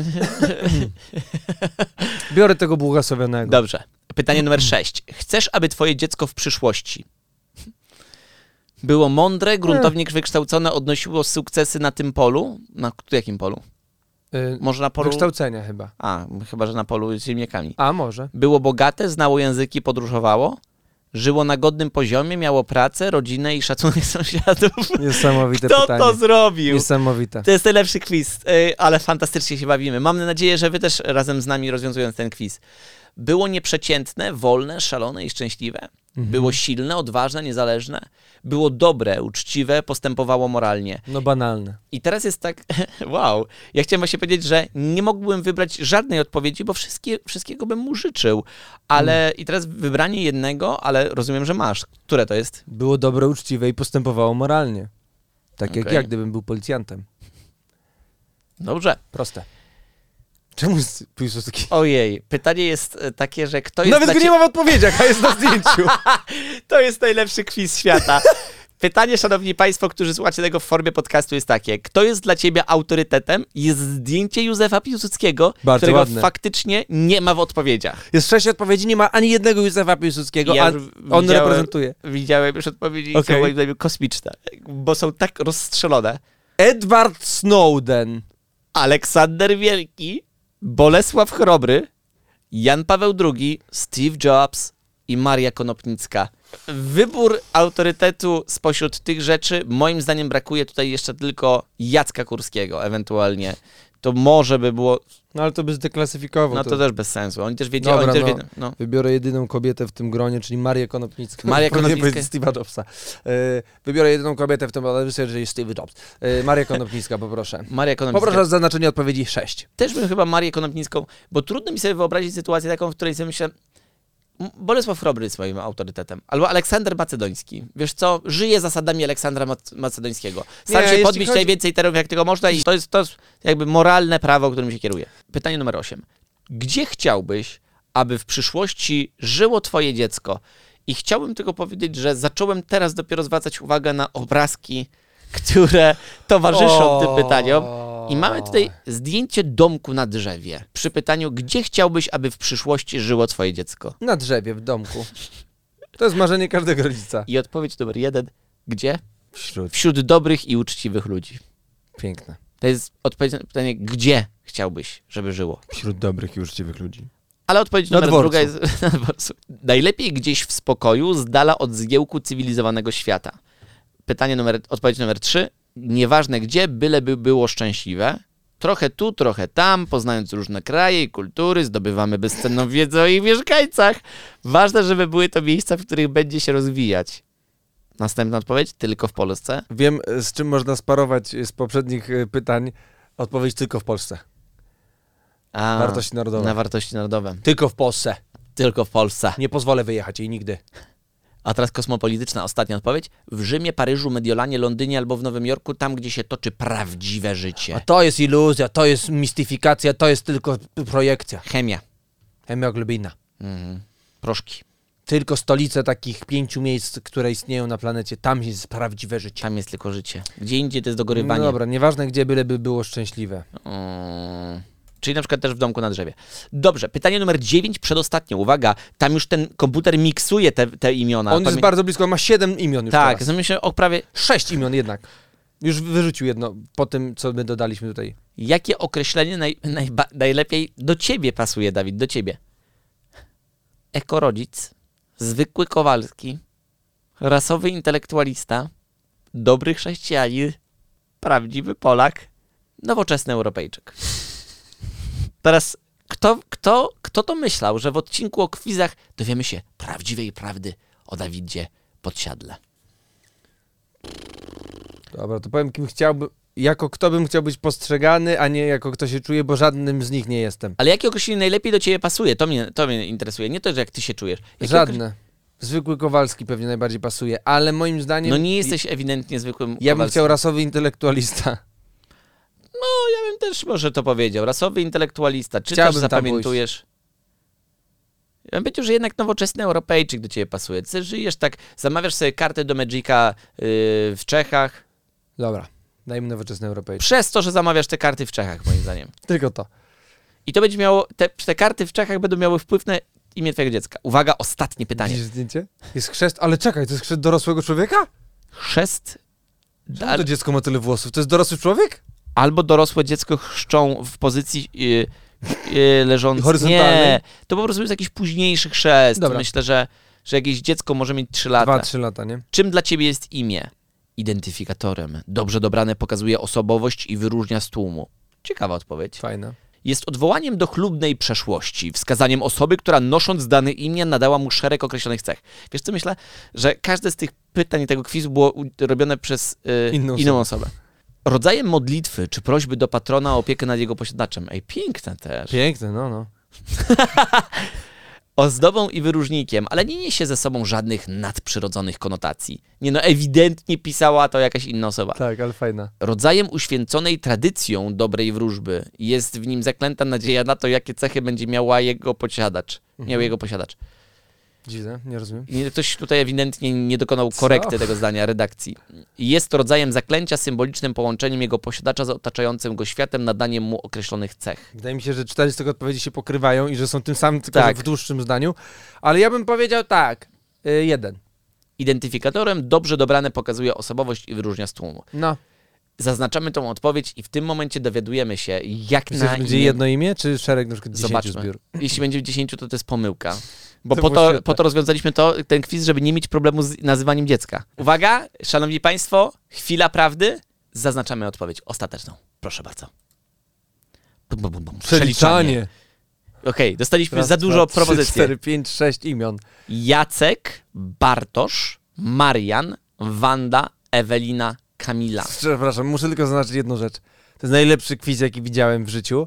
Biorę tego błogosławionego. Dobrze. Pytanie numer sześć. Chcesz, aby twoje dziecko w przyszłości było mądre, gruntownie wykształcone, odnosiło sukcesy na tym polu? Na jakim polu? Y, Może na polu... Wykształcenia chyba. A, chyba, że na polu z ziemniakami. A, może. Było bogate, znało języki, podróżowało? Żyło na godnym poziomie, miało pracę, rodzinę i szacunek sąsiadów? Niesamowite Kto pytanie. to zrobił? Niesamowite. To jest najlepszy quiz, yy, ale fantastycznie się bawimy. Mam nadzieję, że wy też razem z nami rozwiązując ten quiz. Było nieprzeciętne, wolne, szalone i szczęśliwe. Mhm. Było silne, odważne, niezależne. Było dobre, uczciwe, postępowało moralnie. No banalne. I teraz jest tak, wow, ja chciałem właśnie powiedzieć, że nie mógłbym wybrać żadnej odpowiedzi, bo wszystkie, wszystkiego bym mu życzył. Ale Hmm. i teraz wybranie jednego, ale rozumiem, że masz. Które to jest? Było dobre, uczciwe i postępowało moralnie. Tak jak Okej. ja, gdybym był policjantem. Dobrze. Proste. Czemu jest Piłsudski? Ojej, pytanie jest e, takie, że kto jest Nawet dla go nie cie- ma w odpowiedziach, a jest na zdjęciu. To jest najlepszy quiz świata. Pytanie, szanowni państwo, którzy słuchacie tego w formie podcastu, jest takie. Kto jest dla ciebie autorytetem? Jest zdjęcie Józefa Piłsudskiego, Bardzo którego ładne. faktycznie nie ma w odpowiedziach. Jest sześć odpowiedzi, nie ma ani jednego Józefa Piłsudskiego, Ja a już on widziałem- reprezentuje. Widziałem już odpowiedzi i Okej. są moim zdaniem kosmiczne, bo są tak rozstrzelone. Edward Snowden. Aleksander Wielki, Bolesław Chrobry, Jan Paweł drugi, Steve Jobs i Maria Konopnicka. Wybór autorytetu spośród tych rzeczy, moim zdaniem brakuje tutaj jeszcze tylko Jacka Kurskiego, ewentualnie. To może by było, No ale to by zdeklasyfikował. no to. to też bez sensu. Oni też wiedzieli, Dobra, oni też no. wiedzieli, no. Wybiorę jedyną kobietę w tym gronie, czyli Marię Konopnicką. Marię Powinienem Konopnicką. powiedzieć Steve'a Jobsa. E, wybiorę jedyną kobietę w tym, ale myślę, że jest Steve Jobs. E, Maria Konopnicka, poproszę. Maria Konopnicka. Poproszę o zaznaczenie odpowiedzi sześć. Też bym chyba Marię Konopnicką, bo trudno mi sobie wyobrazić sytuację taką, w której sobie myślę, M- Bolesław Chrobry jest moim autorytetem. Albo Aleksander Macedoński. Wiesz co, żyje zasadami Aleksandra Mac- Macedońskiego. Staram Nie, się jeśli podbić chodzi- najwięcej terenów, jak tylko można i to jest, to jest jakby moralne prawo, którym się kieruje. Pytanie numer osiem. Gdzie chciałbyś, aby w przyszłości żyło twoje dziecko? I chciałbym tylko powiedzieć, że zacząłem teraz dopiero zwracać uwagę na obrazki, które towarzyszą tym pytaniom. I mamy tutaj zdjęcie domku na drzewie. Przy pytaniu, gdzie chciałbyś, aby w przyszłości żyło twoje dziecko? Na drzewie, w domku. To jest marzenie każdego rodzica. I odpowiedź numer jeden, gdzie? Wśród. Wśród dobrych i uczciwych ludzi. Piękne. To jest odpowiedź na pytanie, gdzie chciałbyś, żeby żyło? Wśród dobrych i uczciwych ludzi. Ale odpowiedź Na numer dworcu. druga jest... na dworcu. Najlepiej gdzieś w spokoju, z dala od zgiełku cywilizowanego świata. Pytanie numer... Odpowiedź numer trzy. Nieważne gdzie, byleby było szczęśliwe. Trochę tu, trochę tam, poznając różne kraje i kultury, zdobywamy bezcenną wiedzę o ich mieszkańcach. Ważne, żeby były to miejsca, w których będzie się rozwijać. Następna odpowiedź, tylko w Polsce. Wiem, z czym można sparować z poprzednich y, pytań. Odpowiedź tylko w Polsce. A, Wartości narodowe. Na wartości narodowe. Tylko w Polsce. Tylko w Polsce. Nie pozwolę wyjechać jej nigdy. A teraz kosmopolityczna, ostatnia odpowiedź. W Rzymie, Paryżu, Mediolanie, Londynie albo w Nowym Jorku, tam gdzie się toczy prawdziwe życie. A to jest iluzja, to jest mistyfikacja, to jest tylko projekcja. Chemia. Hemoglobina. Mhm. Proszki. Tylko stolice takich pięciu miejsc, które istnieją na planecie, tam jest prawdziwe życie. Tam jest tylko życie. Gdzie indziej to jest dogorywanie. No dobra, nieważne gdzie, byleby było szczęśliwe. Mm. Czyli na przykład też w domku na drzewie. Dobrze, pytanie numer dziewięć, przedostatnie. Uwaga, tam już ten komputer miksuje te, te imiona. On jest Pamię- bardzo blisko, on ma siedem imion już Tak, teraz. myślę o prawie... Sześć imion jednak. Już wyrzucił jedno po tym, co my dodaliśmy tutaj. Jakie określenie naj, najba, najlepiej do ciebie pasuje, Dawid, do ciebie? Ekorodzic, zwykły Kowalski, rasowy intelektualista, dobry chrześcijanin, prawdziwy Polak, nowoczesny Europejczyk. Teraz, kto, kto, kto to myślał, że w odcinku o kwizach dowiemy się prawdziwej prawdy o Dawidzie Podsiadle? Dobra, to powiem, kim chciałbym, jako kto bym chciał być postrzegany, a nie jako kto się czuje, bo żadnym z nich nie jestem. Ale jakie określenie najlepiej do ciebie pasuje? To mnie, to mnie interesuje. Nie to, że jak ty się czujesz. Jakie Żadne. Zwykły Kowalski pewnie najbardziej pasuje, ale moim okreś- zdaniem... No nie jesteś ewidentnie zwykłym Ja bym Kowalskim. chciał rasowy intelektualista. No, ja bym też może to powiedział. Rasowy intelektualista. Czy Chciałbym też tam zapamiętujesz? Ja bym powiedział, że jednak nowoczesny Europejczyk do ciebie pasuje. Ty żyjesz tak, zamawiasz sobie kartę do Magica yy, w Czechach. Dobra, dajmy nowoczesny Europejczyk. Przez to, że zamawiasz te karty w Czechach, moim zdaniem. Tylko to. I to będzie miało, te, te karty w Czechach będą miały wpływ na imię twojego dziecka. Uwaga, ostatnie pytanie. Widzisz zdjęcie? Jest chrzest, ale czekaj, to jest chrzest dorosłego człowieka? Chrzest Czemu to dziecko ma tyle włosów? To jest dorosły człowiek? albo dorosłe dziecko chrzczą w pozycji yy, yy, leżącej. Horyzontalnej? Nie, to po prostu jest jakiś późniejszy chrzest. Dobra. Myślę, że, że jakieś dziecko może mieć trzy lata. Dwa, trzy lata, nie? Czym dla ciebie jest imię? Identyfikatorem. Dobrze dobrane pokazuje osobowość i wyróżnia z tłumu. Ciekawa odpowiedź. Fajne. Jest odwołaniem do chlubnej przeszłości, wskazaniem osoby, która nosząc dane imię nadała mu szereg określonych cech. Wiesz co, myślę, że każde z tych pytań tego quizu było u- robione przez yy, Inną inną osobę. Rodzajem modlitwy czy prośby do patrona o opiekę nad jego posiadaczem. Ej, piękne też. Piękne, no, no. Ozdobą i wyróżnikiem, ale nie niesie ze sobą żadnych nadprzyrodzonych konotacji. Nie no, ewidentnie pisała to jakaś inna osoba. Tak, ale fajna. Rodzajem uświęconej tradycją dobrej wróżby jest w nim zaklęta nadzieja na to, jakie cechy będzie miała jego posiadacz. Miał jego posiadacz. Dziwne, nie rozumiem. I ktoś tutaj ewidentnie nie dokonał korekty Co? tego zdania redakcji. Jest rodzajem zaklęcia symbolicznym połączeniem jego posiadacza z otaczającym go światem, nadaniem mu określonych cech. Wydaje mi się, że cztery z tych odpowiedzi się pokrywają i że są tym samym, tylko Tak. że w dłuższym zdaniu. Ale ja bym powiedział tak. Y, jeden. Identyfikatorem dobrze dobrane pokazuje osobowość i wyróżnia z tłumu. No. Zaznaczamy tą odpowiedź i w tym momencie dowiadujemy się, jak Myślisz, na że będzie imię... jedno imię, czy szereg na przykład dziesięciu Zobaczmy. zbiór? Jeśli będzie w dziesięciu, to to jest pomyłka. Bo To po było to, świetne. po to rozwiązaliśmy to, ten quiz, żeby nie mieć problemu z nazywaniem dziecka. Uwaga, szanowni państwo, chwila prawdy. Zaznaczamy odpowiedź ostateczną. Proszę bardzo. Bum, bum, bum, bum. Przeliczanie. Okej, dostaliśmy Raz, za dużo dwa, propozycji. trzy, cztery, pięć, sześć imion. Jacek, Bartosz, Marian, Wanda, Ewelina, Kamila. Przepraszam, muszę tylko zaznaczyć jedną rzecz. To jest najlepszy quiz, jaki widziałem w życiu.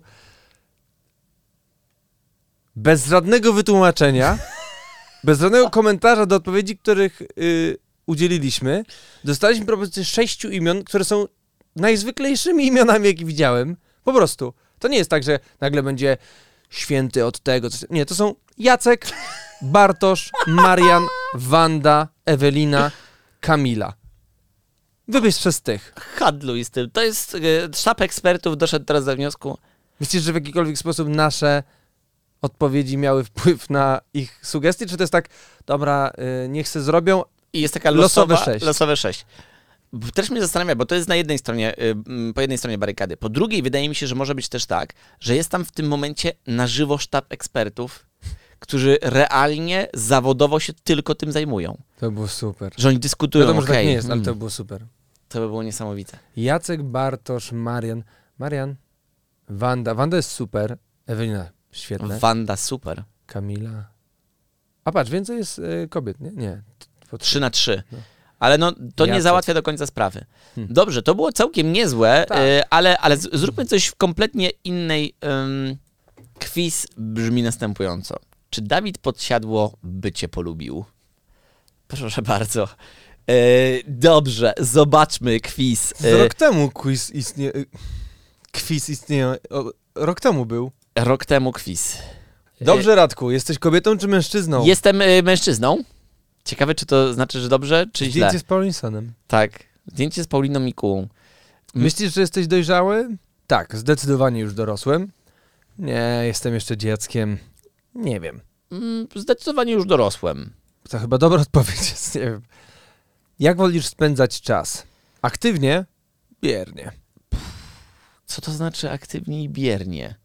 Bez żadnego wytłumaczenia, bez żadnego komentarza do odpowiedzi, których y, udzieliliśmy, dostaliśmy propozycję sześciu imion, które są najzwyklejszymi imionami, jakie widziałem. Po prostu. To nie jest tak, że nagle będzie święty od tego. Coś. Nie, to są Jacek, Bartosz, Marian, Wanda, Ewelina, Kamila. Wybierz przez tych. Handluj z tym. To jest, e, sztab ekspertów doszedł teraz do wniosku. Myślisz, że w jakikolwiek sposób nasze odpowiedzi miały wpływ na ich sugestie? Czy to jest tak, dobra, y, niech se zrobią? I jest taka Losowe losowa, sześć. losowe sześć. też mnie zastanawia, bo to jest na jednej stronie, y, po jednej stronie barykady. Po drugiej wydaje mi się, że może być też tak, że jest tam w tym momencie na żywo sztab ekspertów, którzy realnie, zawodowo się tylko tym zajmują. To było super. Że oni dyskutują, Wiadomo, że okej. tak nie jest, ale mm, to było super. To by było niesamowite. Jacek, Bartosz, Marian. Marian, Wanda. Wanda jest super. Ewelina, świetne. Wanda, super. Kamila. A patrz, więcej jest y, kobiet, nie? Nie. Po Trzy na trzy. No. Ale no, to nie Jacek. załatwia do końca sprawy. Hmm. Dobrze, to było całkiem niezłe, Tak. y, ale, ale z- zróbmy coś w kompletnie innej... Ym, quiz brzmi następująco. Czy Dawid Podsiadło by cię polubił? Proszę bardzo. E, dobrze, zobaczmy quiz. Z E, rok temu quiz istnie... y, Quiz istnieje... o, Rok temu był. rok temu quiz. Dobrze, Radku, jesteś kobietą czy mężczyzną? E, jestem e, mężczyzną. Ciekawe, czy to znaczy, że dobrze, czy źle. Zdjęcie z Paulinsonem. Tak. Zdjęcie z Pauliną Mikułą. Myślisz, że jesteś dojrzały? Tak, zdecydowanie już dorosłem. Nie, jestem jeszcze dzieckiem. Nie wiem. Mm, zdecydowanie już dorosłem. To chyba dobra odpowiedź jest, nie wiem. Jak wolisz spędzać czas? Aktywnie? Biernie. Co to znaczy aktywnie i biernie?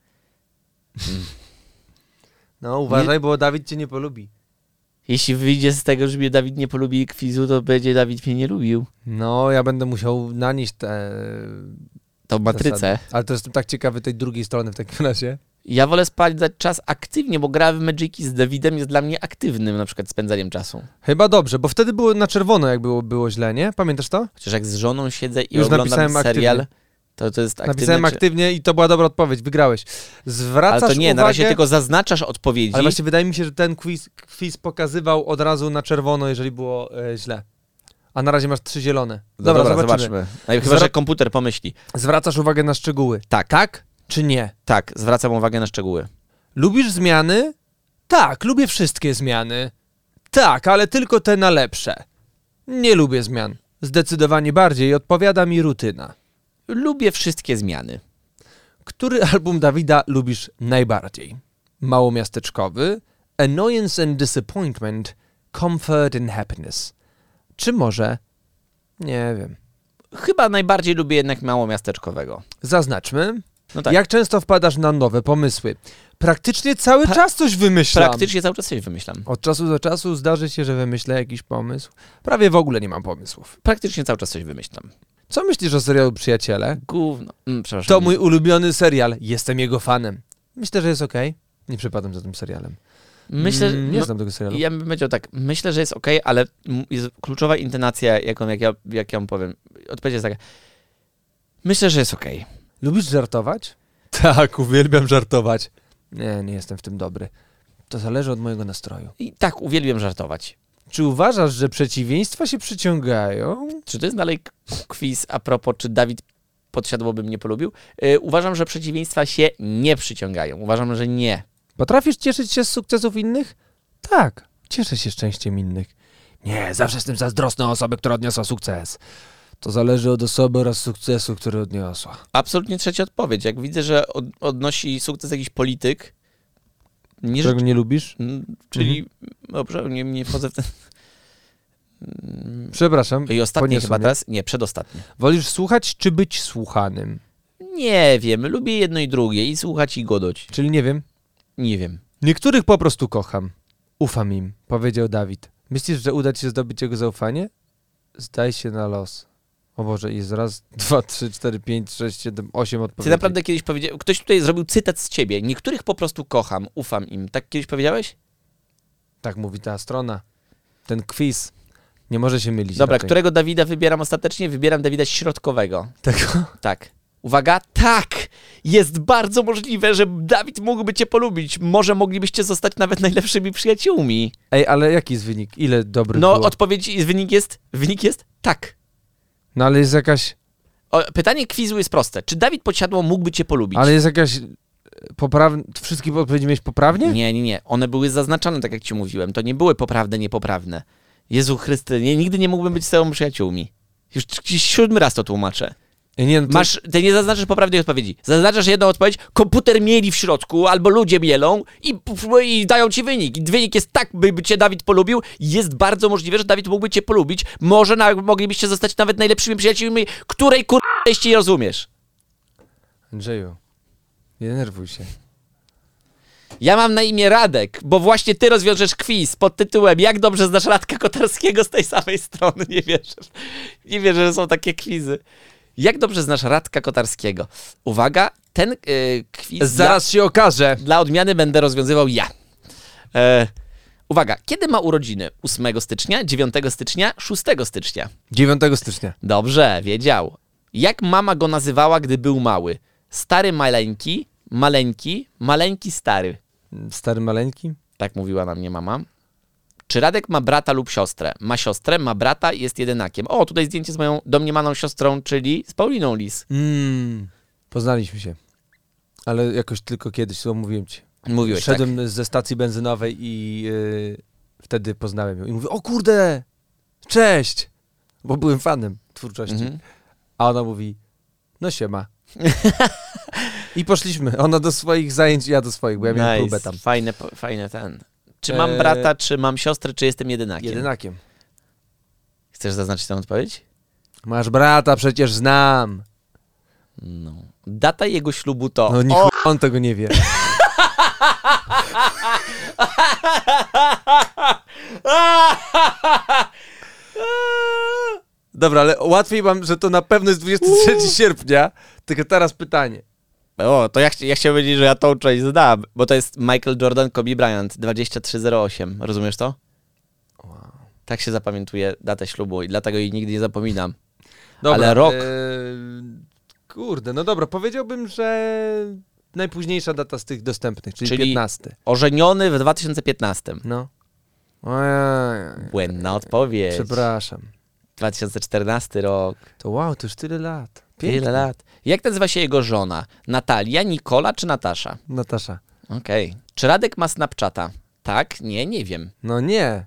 No uważaj, bo Dawid cię nie polubi. Jeśli wyjdzie z tego, że mnie Dawid nie polubi quizu, to będzie Dawid mnie nie lubił. No, ja będę musiał nanieść tę Tą matrycę. zasady. Ale to jestem tak ciekawy tej drugiej strony w takim razie. Ja wolę spędzać czas aktywnie, bo gra w Magiki z Dawidem jest dla mnie aktywnym na przykład spędzaniem czasu. Chyba dobrze, bo wtedy było na czerwono, jak było, było źle, nie? Pamiętasz to? Chociaż jak z żoną siedzę i Już oglądam napisałem serial, aktywnie. to to jest aktywne. Napisałem czy... aktywnie i to była dobra odpowiedź, wygrałeś. Zwracasz Ale to nie, uwagę... na razie tylko zaznaczasz odpowiedzi. Ale właśnie wydaje mi się, że ten quiz, quiz pokazywał od razu na czerwono, jeżeli było e, źle. A na razie masz trzy zielone. No Dobra, dobra, zobaczymy. zobaczmy. No, chyba, Zwra- że komputer pomyśli. Zwracasz uwagę na szczegóły. Tak. Tak czy nie? Tak, zwracam uwagę na szczegóły. Lubisz zmiany? Tak, lubię wszystkie zmiany. Tak, ale tylko te na lepsze. Nie lubię zmian. Zdecydowanie bardziej odpowiada mi rutyna. Lubię wszystkie zmiany. Który album Dawida lubisz najbardziej? Małomiasteczkowy, Annoyance and Disappointment, Comfort and Happiness. Czy może? Nie wiem. Chyba najbardziej lubię jednak małomiasteczkowego. Zaznaczmy. No tak. Jak często wpadasz na nowe pomysły? Praktycznie cały Pa- czas coś wymyślam. Praktycznie cały czas coś wymyślam. Od czasu do czasu zdarzy się, że wymyślę jakiś pomysł. Prawie w ogóle nie mam pomysłów. Praktycznie cały czas coś wymyślam. Co myślisz o serialu Przyjaciele? Gówno. Mm, przepraszam. To mój ulubiony serial. Jestem jego fanem. Myślę, że jest okej. Nie przepadam za tym serialem. Myślę, Mm, nie no, znam tego serialu. ja bym powiedział tak, myślę, że jest okej, ale m- jest kluczowa intonacja, jaką jak ja, jak ja mu powiem. Odpowiedź jest taka, myślę, że jest okej. Lubisz żartować? Tak, uwielbiam żartować. Nie, nie jestem w tym dobry. To zależy od mojego nastroju. I tak, uwielbiam żartować. Czy uważasz, że przeciwieństwa się przyciągają? Czy to jest dalej k- quiz a propos, czy Dawid Podsiadło by mnie polubił? Yy, uważam, że przeciwieństwa się nie przyciągają. Uważam, że nie. Potrafisz cieszyć się z sukcesów innych? Tak, cieszę się szczęściem innych. Nie, zawsze jestem zazdrosny o osobę, która odniosła sukces. To zależy od osoby oraz sukcesu, który odniosła. Absolutnie trzecia odpowiedź. Jak widzę, że od, odnosi sukces jakiś polityk, nie Czego nie lubisz? Mm, czyli, dobrze, nie, nie wchodzę w ten... Przepraszam, I ostatni poniosło chyba mnie. teraz? Nie, przedostatni. Wolisz słuchać czy być słuchanym? Nie wiem, lubię jedno i drugie, i słuchać, i godać. Czyli nie wiem. Nie wiem. Niektórych po prostu kocham. Ufam im, powiedział Dawid. Myślisz, że uda ci się zdobyć jego zaufanie? Zdaj się na los. O Boże, jest raz, dwa, trzy, cztery, pięć, sześć, siedem, osiem Ty odpowiedzi. naprawdę kiedyś powiedziałeś, ktoś tutaj zrobił cytat z ciebie, niektórych po prostu kocham, ufam im. Tak kiedyś powiedziałeś? Tak mówi ta strona. Ten quiz. Nie może się mylić. Dobra, raczej. którego Dawida wybieram ostatecznie? Wybieram Dawida środkowego. Tego? Tak. Uwaga, tak! Jest bardzo możliwe, że Dawid mógłby cię polubić. Może moglibyście zostać nawet najlepszymi przyjaciółmi. Ej, ale jaki jest wynik? Ile dobrych No, było? odpowiedź, wynik jest, wynik jest tak. No ale jest jakaś... O, pytanie quizu jest proste. Czy Dawid Podsiadło mógłby cię polubić? Ale jest jakaś... Poprawne... Wszystkie odpowiedzi miałeś poprawnie? Nie, nie, nie. One były zaznaczone, tak jak ci mówiłem. To nie były poprawne, niepoprawne. Jezu Chryste, nie, nigdy nie mógłbym być z tobą przyjaciółmi. Już ci siódmy raz to tłumaczę. Nie, no to... Masz, ty nie zaznaczasz poprawnej odpowiedzi. Zaznaczasz jedną odpowiedź, komputer mieli w środku, albo ludzie mielą i, i dają ci wynik. I wynik jest tak, by, by cię Dawid polubił. Jest bardzo możliwe, że Dawid mógłby cię polubić. Może na, moglibyście zostać nawet najlepszymi przyjaciółmi, której kur... nie rozumiesz. Andrzeju, nie denerwuj się. Ja mam na imię Radek, bo właśnie ty rozwiążesz quiz pod tytułem Jak dobrze znasz Radka Kotarskiego z tej samej strony. Nie wierzę. Nie wierzę, że są takie quizy. Jak dobrze znasz Radka Kotarskiego? Uwaga, ten yy, quiz Zaraz dla, się okaże. dla odmiany będę rozwiązywał ja. E, uwaga, kiedy ma urodziny? ósmego stycznia, dziewiątego stycznia, szóstego stycznia? dziewiątego stycznia. Dobrze, wiedział. Jak mama go nazywała, gdy był mały? Stary maleńki, maleńki, maleńki stary. Stary maleńki? Tak mówiła na mnie mama. Czy Radek ma brata lub siostrę? Ma siostrę, ma brata, jest jedynakiem. O, tutaj zdjęcie z moją domniemaną siostrą, czyli z Pauliną Lis. Mm, poznaliśmy się. Ale jakoś tylko kiedyś, to mówiłem ci. Mówiłeś, Szedłem tak? ze stacji benzynowej i yy, wtedy poznałem ją. I mówię, o kurde, cześć! Bo byłem fanem twórczości. Mhm. A ona mówi, no siema. I poszliśmy. Ona do swoich zajęć, ja do swoich, bo ja miałem próbę tam. Fajne, fajne ten. Czy mam Eee, brata, czy mam siostrę, czy jestem jedynakiem? Jedynakiem. Chcesz zaznaczyć tę odpowiedź? Masz brata, przecież znam. No. Data jego ślubu to... No niech O! on tego nie wie. Dobra, ale łatwiej mam, że to na pewno jest dwudziestego trzeciego sierpnia. Tylko teraz pytanie. O, to ja, ch ja chciałem powiedzieć, że ja tą część znam, bo to jest Michael Jordan, Kobe Bryant, dwadzieścia trzy zero osiem. Rozumiesz to? Wow. Tak się zapamiętuje datę ślubu i dlatego jej nigdy nie zapominam. Dobra, Ale rok... E, kurde, no dobra, powiedziałbym, że najpóźniejsza data z tych dostępnych, czyli, Czyli- piętnasty. Ożeniony w dwa tysiące piętnastym. No. Ojej, Błędna odpowiedź. przepraszam. dwa tysiące czternasty rok. To wow, to już tyle lat. Tyle Pięknie. lat. Jak nazywa się jego żona? Natalia, Nikola czy Natasza? Natasza. Okej. Czy Radek ma Snapchata? Tak? Nie, nie wiem. No nie.